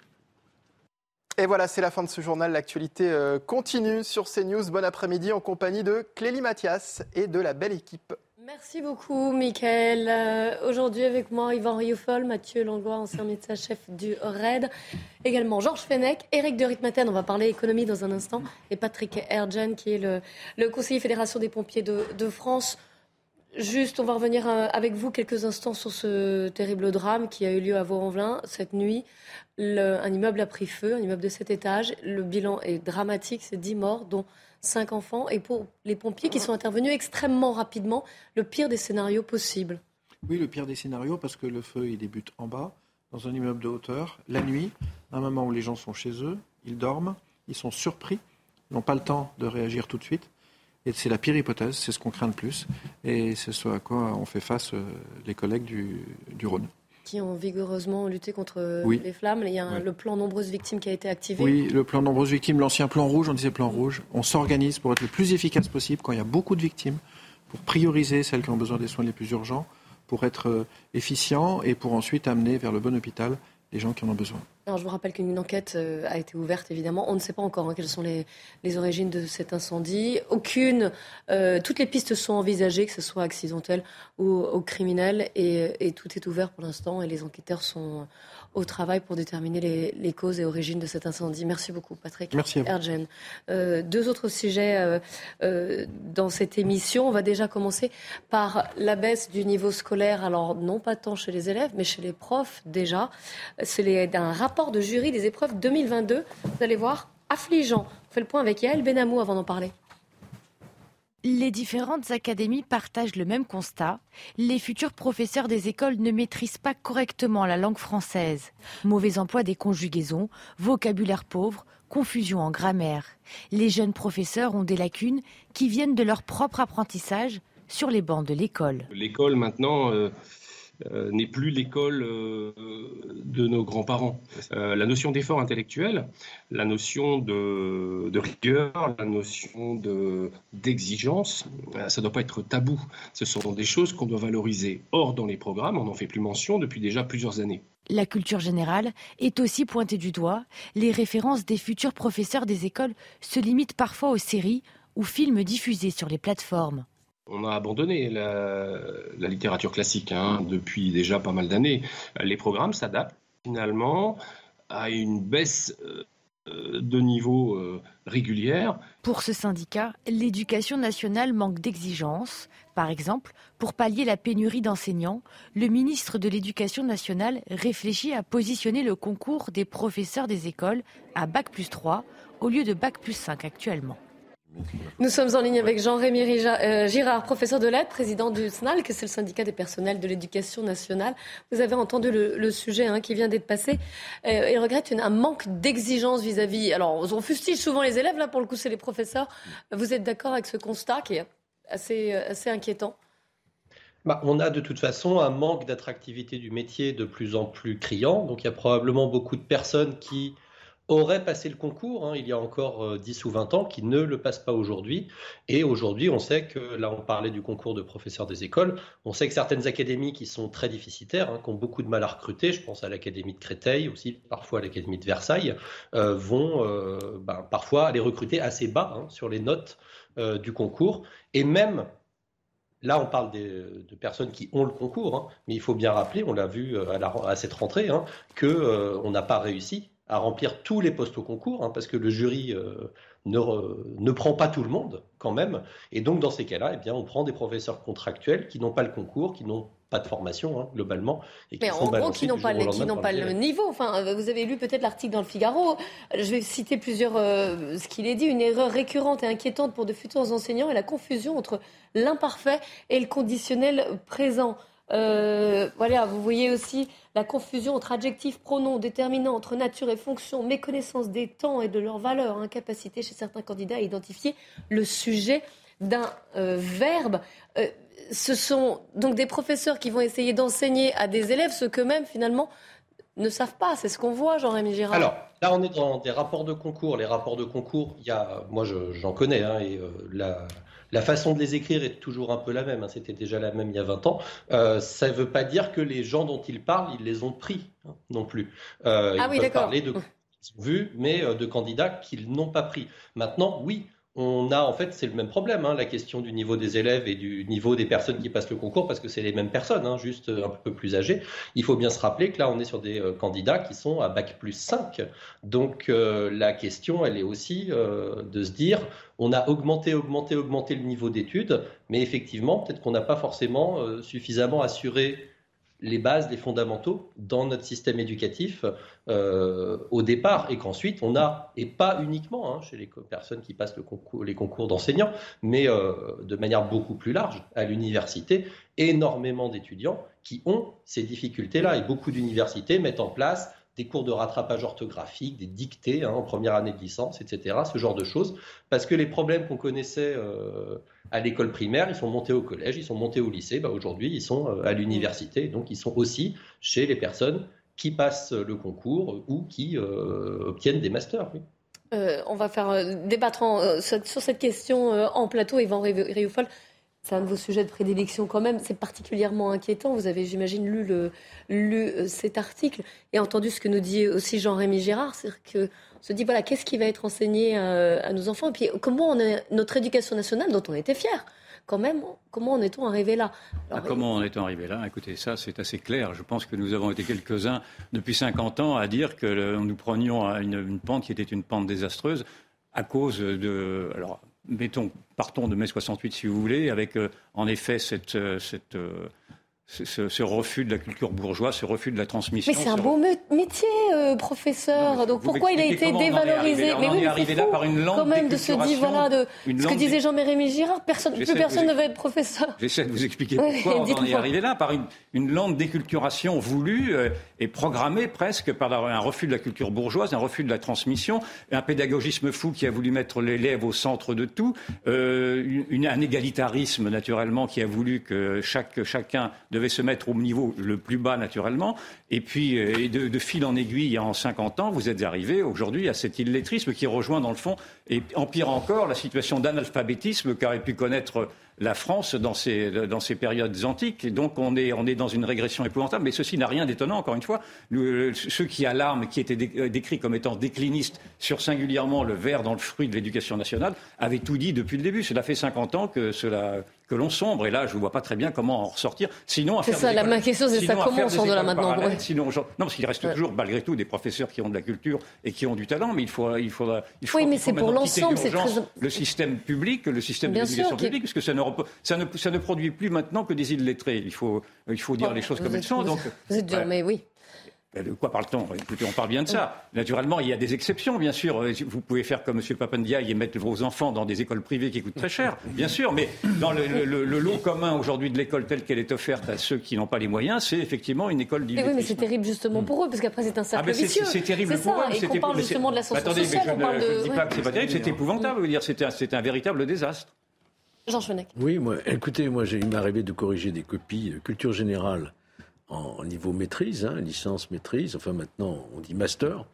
Et voilà, c'est la fin de ce journal. L'actualité continue sur CNews. Bon après-midi en compagnie de Clélie Mathias et de la belle équipe. Merci beaucoup, Mickaël. Aujourd'hui avec moi, Yvan Rioufol, Mathieu Langlois, ancien médecin-chef du RAID. Également Georges Fenech, Éric de Ritmaten, on va parler économie dans un instant, et Patrick Ergen, qui est le conseiller fédération des pompiers de France. Juste, on va revenir avec vous quelques instants sur ce terrible drame qui a eu lieu à Vaux-en-Velin cette nuit. Un immeuble a pris feu, un immeuble de 7 étages. Le bilan est dramatique, c'est 10 morts, dont 5 enfants. Et pour les pompiers qui sont intervenus extrêmement rapidement, le pire des scénarios possibles. Oui, le pire des scénarios, parce que le feu, il débute en bas, dans un immeuble de hauteur, la nuit, à un moment où les gens sont chez eux, ils dorment, ils sont surpris, ils n'ont pas le temps de réagir tout de suite. Et c'est la pire hypothèse, c'est ce qu'on craint le plus. Et c'est ce à quoi ont fait face les collègues du Rhône. qui ont vigoureusement lutté contre Oui. les flammes. Il y a Ouais. le plan nombreuses victimes qui a été activé. Oui, le plan nombreuses victimes, l'ancien plan rouge, on disait plan rouge. On s'organise pour être le plus efficace possible quand il y a beaucoup de victimes, pour prioriser celles qui ont besoin des soins les plus urgents, pour être efficient et pour ensuite amener vers le bon hôpital les gens qui en ont besoin. Alors, je vous rappelle qu'une enquête a été ouverte, évidemment. On ne sait pas encore quelles sont les origines de cet incendie. Toutes les pistes sont envisagées, que ce soit accidentel ou criminel, et tout est ouvert pour l'instant. Et les enquêteurs sont au travail pour déterminer les causes et origines de cet incendie. Merci beaucoup, Patrick. Merci à vous. Erdgen. Deux autres sujets dans cette émission. On va déjà commencer par la baisse du niveau scolaire. Alors, non pas tant chez les élèves, mais chez les profs déjà. C'est un rapport de jury des épreuves 2022. Vous allez voir, affligeant. On fait le point avec Yael Benamou avant d'en parler. Les différentes académies partagent le même constat. Les futurs professeurs des écoles ne maîtrisent pas correctement la langue française. Mauvais emploi des conjugaisons, vocabulaire pauvre, confusion en grammaire. Les jeunes professeurs ont des lacunes qui viennent de leur propre apprentissage sur les bancs de l'école. L'école maintenant n'est plus l'école de nos grands-parents. La notion d'effort intellectuel, la notion de rigueur, la notion d'exigence, ça ne doit pas être tabou. Ce sont des choses qu'on doit valoriser. Or, dans les programmes, on n'en fait plus mention depuis déjà plusieurs années. La culture générale est aussi pointée du doigt. Les références des futurs professeurs des écoles se limitent parfois aux séries ou films diffusés sur les plateformes. On a abandonné la littérature classique depuis déjà pas mal d'années. Les programmes s'adaptent finalement à une baisse de niveau régulière. Pour ce syndicat, l'éducation nationale manque d'exigence. Par exemple, pour pallier la pénurie d'enseignants, le ministre de l'Éducation nationale réfléchit à positionner le concours des professeurs des écoles à Bac+3 au lieu de Bac+5 actuellement. Nous sommes en ligne avec Jean-Rémy Girard, professeur de lettres, président du SNALC, c'est le syndicat des personnels de l'éducation nationale. Vous avez entendu le sujet qui vient d'être passé. Il regrette un manque d'exigence vis-à-vis... Alors, on fustige souvent les élèves, là, pour le coup, c'est les professeurs. Vous êtes d'accord avec ce constat qui est assez inquiétant ? On a de toute façon un manque d'attractivité du métier de plus en plus criant. Donc, il y a probablement beaucoup de personnes qui auraient passé le concours il y a encore 10 ou 20 ans, qui ne le passent pas aujourd'hui. Et aujourd'hui, on sait que, là on parlait du concours de professeurs des écoles, on sait que certaines académies qui sont très déficitaires, qui ont beaucoup de mal à recruter, je pense à l'académie de Créteil, aussi parfois à l'académie de Versailles, vont parfois aller recruter assez bas sur les notes du concours. Et même, là on parle de personnes qui ont le concours, mais il faut bien rappeler, on l'a vu à cette rentrée, qu'on n'a pas réussi à remplir tous les postes au concours, parce que le jury ne prend pas tout le monde quand même. Et donc dans ces cas-là, on prend des professeurs contractuels qui n'ont pas le concours, qui n'ont pas de formation globalement. Et qui en gros, qui n'ont pas le niveau. Enfin, vous avez lu peut-être l'article dans le Figaro. Je vais citer ce qu'il est dit. Une erreur récurrente et inquiétante pour de futurs enseignants est la confusion entre l'imparfait et le conditionnel présent. Vous voyez aussi la confusion entre adjectifs, pronoms, déterminants, entre nature et fonction, méconnaissance des temps et de leurs valeurs, incapacité chez certains candidats à identifier le sujet d'un verbe. Ce sont donc des professeurs qui vont essayer d'enseigner à des élèves ce qu'eux-mêmes, finalement, ne savent pas. C'est ce qu'on voit, Jean-Rémy Girard. Alors, là, on est dans des rapports de concours. Les rapports de concours, moi, j'en connais, et la façon de les écrire est toujours un peu la même. C'était déjà la même il y a 20 ans. Ça ne veut pas dire que les gens dont ils parlent, ils les ont pris non plus. Ils peuvent parler de candidats qu'ils ont vus, mais de candidats qu'ils n'ont pas pris. Maintenant, oui, on a, en fait, c'est le même problème, la question du niveau des élèves et du niveau des personnes qui passent le concours, parce que c'est les mêmes personnes, juste un peu plus âgées. Il faut bien se rappeler que là, on est sur des candidats qui sont à Bac+5. Donc, la question, elle est aussi de se dire, on a augmenté le niveau d'études, mais effectivement, peut-être qu'on n'a pas forcément suffisamment assuré les bases, les fondamentaux dans notre système éducatif au départ, et qu'ensuite on a, et pas uniquement chez les personnes qui passent les concours d'enseignants, mais de manière beaucoup plus large à l'université, énormément d'étudiants qui ont ces difficultés-là, et beaucoup d'universités mettent en place des cours de rattrapage orthographique, des dictées en première année de licence, etc., ce genre de choses, parce que les problèmes qu'on connaissait à l'école primaire, ils sont montés au collège, ils sont montés au lycée, aujourd'hui ils sont à l'université, donc ils sont aussi chez les personnes qui passent le concours ou qui obtiennent des masters. Oui. On va débattre sur cette question en plateau. Yvan Rioufol, c'est un de vos sujets de prédilection quand même. C'est particulièrement inquiétant. Vous avez, j'imagine, lu cet article et entendu ce que nous dit aussi Jean-Rémy Girard. C'est-à-dire qu'on se dit, voilà, qu'est-ce qui va être enseigné à nos enfants? Et puis, comment notre éducation nationale, dont on était fiers, quand même, comment en est-on arrivé là? Comment en est-on arrivé là? Écoutez, ça, c'est assez clair. Je pense que nous avons été quelques-uns depuis 50 ans à dire que nous prenions une pente qui était une pente désastreuse à cause de... Alors, partons de mai 68, si vous voulez, avec en effet ce refus de la culture bourgeoise, ce refus de la transmission. Mais c'est un beau métier, professeur. Non, donc pourquoi il a été dévalorisé? Mais oui, c'est fou, par une lente quand même de se dire, voilà, ce que disait Jean-Rémy Girard, plus personne ne veut être professeur. J'essaie de vous expliquer pourquoi on en est arrivé là, par une lente déculturation voulue et programmée presque par un refus de la culture bourgeoise, un refus de la transmission, un pédagogisme fou qui a voulu mettre l'élève au centre de tout, un égalitarisme naturellement qui a voulu que chacun devait se mettre au niveau le plus bas naturellement, et puis de fil en aiguille en 50 ans, vous êtes arrivé aujourd'hui à cet illettrisme qui rejoint dans le fond, et empire encore la situation d'analphabétisme qu'aurait pu connaître la France dans ces périodes antiques. Et donc on est dans une régression épouvantable, mais ceci n'a rien d'étonnant, encore une fois. Ceux qui alarment, qui étaient décrits comme étant déclinistes sur singulièrement le ver dans le fruit de l'éducation nationale, avaient tout dit depuis le début. Cela fait 50 ans que l'on sombre, et là je ne vois pas très bien comment en ressortir. Sinon, c'est ça, ma question c'est ça, comment on sort de là maintenant? Non, parce qu'il reste toujours malgré tout des professeurs qui ont de la culture et qui ont du talent, mais il faut oui, mais c'est pour l'ensemble, c'est très... le système public, le système de l'éducation publique, parce que ça ne produit plus maintenant que des illettrés. Il faut dire les choses comme elles sont. Vous êtes dur, mais oui. De quoi parle-t-on? Écoutez, on parle bien de ça. Naturellement, il y a des exceptions, bien sûr. Vous pouvez faire comme M. Papandiaï et mettre vos enfants dans des écoles privées qui coûtent très cher, bien sûr. Mais dans le lot commun aujourd'hui de l'école telle qu'elle est offerte à ceux qui n'ont pas les moyens, c'est effectivement une école d'illettrisme. Oui, mais c'est terrible justement pour eux, parce qu'après c'est un cercle vicieux. C'est terrible pour eux. Et qu'on parle justement de l'ascension sociale. Je ne dis pas que c'est pas terrible, c'est épouvantable. Je veux dire, c'est un véritable désastre. Jean Fenech. Oui, écoutez, il m'est arrivé de corriger des copies culture générale en niveau maîtrise, licence maîtrise, enfin maintenant on dit master.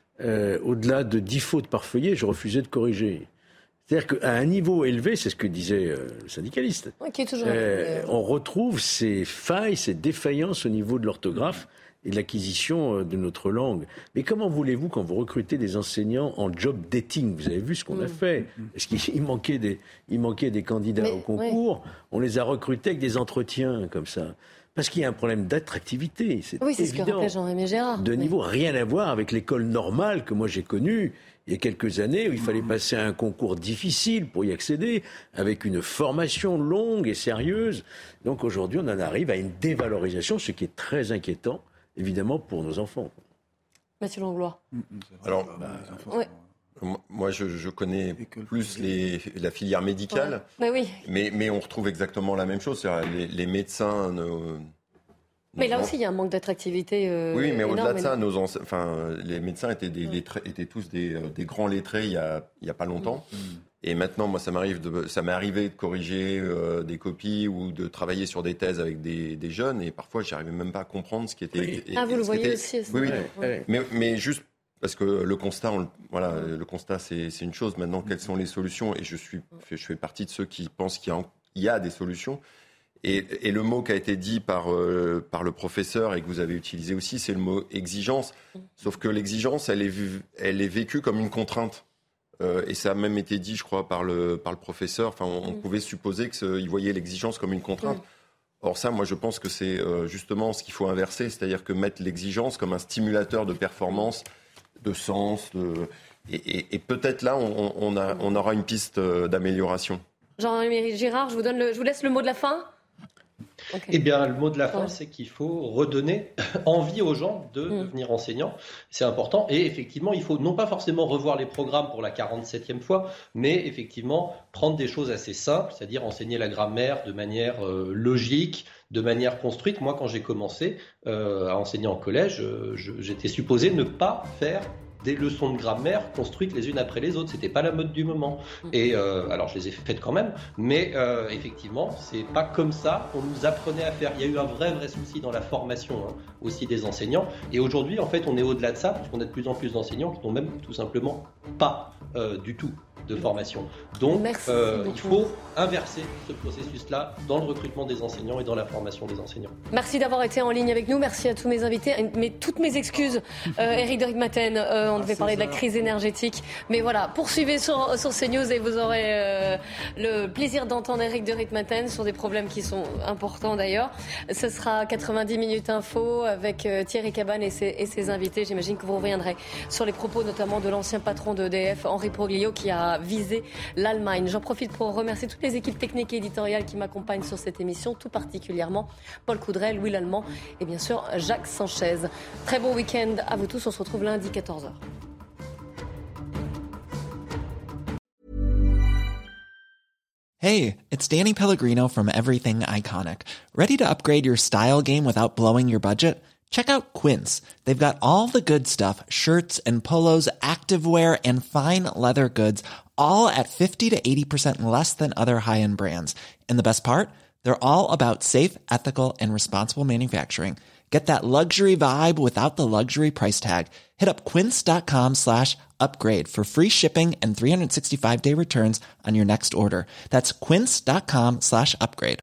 Au-delà de 10 fautes par feuillet, je refusais de corriger. C'est-à-dire qu'à un niveau élevé, c'est ce que disait le syndicaliste, qui est toujours on retrouve ces failles, ces défaillances au niveau de l'orthographe et de l'acquisition de notre langue. Mais comment voulez-vous, quand vous recrutez des enseignants en job dating, vous avez vu ce qu'on a fait, parce qu'il manquait des candidats au concours, on les a recrutés avec des entretiens comme ça. Parce qu'il y a un problème d'attractivité, c'est c'est évident. Ce que rappelait Jean-Rémy Girard. De niveau, rien à voir avec l'école normale que moi j'ai connue il y a quelques années, où il fallait passer à un concours difficile pour y accéder, avec une formation longue et sérieuse. Donc aujourd'hui, on en arrive à une dévalorisation, ce qui est très inquiétant, évidemment, pour nos enfants. Mathieu Langlois. Alors, moi, je connais plus la filière médicale, mais on retrouve exactement la même chose. Les médecins... Mais là aussi, il y a un manque d'attractivité. Oui, mais au-delà de ça, les médecins étaient tous des grands lettrés il y a pas longtemps. Et maintenant, moi, ça m'est arrivé de corriger des copies ou de travailler sur des thèses avec des jeunes, et parfois, j'arrivais même pas à comprendre ce qui était. Vous le voyez aussi. Oui. Mais juste parce que le constat, c'est une chose. Maintenant, quelles sont les solutions? Et je fais partie de ceux qui pensent qu'il y a des solutions. Et le mot qui a été dit par le professeur et que vous avez utilisé aussi, c'est le mot exigence. Sauf que l'exigence, elle est vécue comme une contrainte. Et ça a même été dit, je crois, par le professeur. Enfin, on pouvait supposer qu'il voyait l'exigence comme une contrainte. Or ça, moi, je pense que c'est justement ce qu'il faut inverser, c'est-à-dire que mettre l'exigence comme un stimulateur de performance, de sens, et peut-être là, on aura une piste d'amélioration. Jean-Rémy Girard, je vous laisse le mot de la fin. Okay. Eh bien, le mot de la fin, c'est qu'il faut redonner envie aux gens de devenir enseignants. C'est important. Et effectivement, il faut non pas forcément revoir les programmes pour la 47e fois, mais effectivement prendre des choses assez simples, c'est-à-dire enseigner la grammaire de manière logique, de manière construite. Moi, quand j'ai commencé à enseigner en collège, j'étais supposé ne pas faire des leçons de grammaire construites les unes après les autres. C'était pas la mode du moment. Et alors je les ai faites quand même, mais effectivement, c'est pas comme ça qu'on nous apprenait à faire. Il y a eu un vrai souci dans la formation aussi des enseignants. Et aujourd'hui, en fait, on est au-delà de ça, parce qu'on a de plus en plus d'enseignants qui n'ont même tout simplement pas du tout de formation. Donc, il faut inverser ce processus-là dans le recrutement des enseignants et dans la formation des enseignants. Merci d'avoir été en ligne avec nous. Merci à tous mes invités. Mais toutes mes excuses, Éric de Rijtmaten. On devait parler de la crise énergétique. Mais voilà, poursuivez sur CNews et vous aurez le plaisir d'entendre Éric de Rijtmaten sur des problèmes qui sont importants d'ailleurs. Ce sera 90 minutes info avec Thierry Cabane et ses invités. J'imagine que vous reviendrez sur les propos notamment de l'ancien patron d'EDF, Henri Proglio, qui a visé l'Allemagne. J'en profite pour remercier toutes les équipes techniques et éditoriales qui m'accompagnent sur cette émission, tout particulièrement Paul Coudray, Louis Lallemand et bien sûr Jacques Sanchez. Très bon week-end à vous tous. On se retrouve lundi 14h. Hey, it's Danny Pellegrino from Everything Iconic. Ready to upgrade your style game without blowing your budget? Check out Quince. They've got all the good stuff, shirts and polos, activewear, and fine leather goods, all at 50 to 80% less than other high-end brands. And the best part? They're all about safe, ethical, and responsible manufacturing. Get that luxury vibe without the luxury price tag. Hit up quince.com/upgrade for free shipping and 365-day returns on your next order. That's quince.com/upgrade.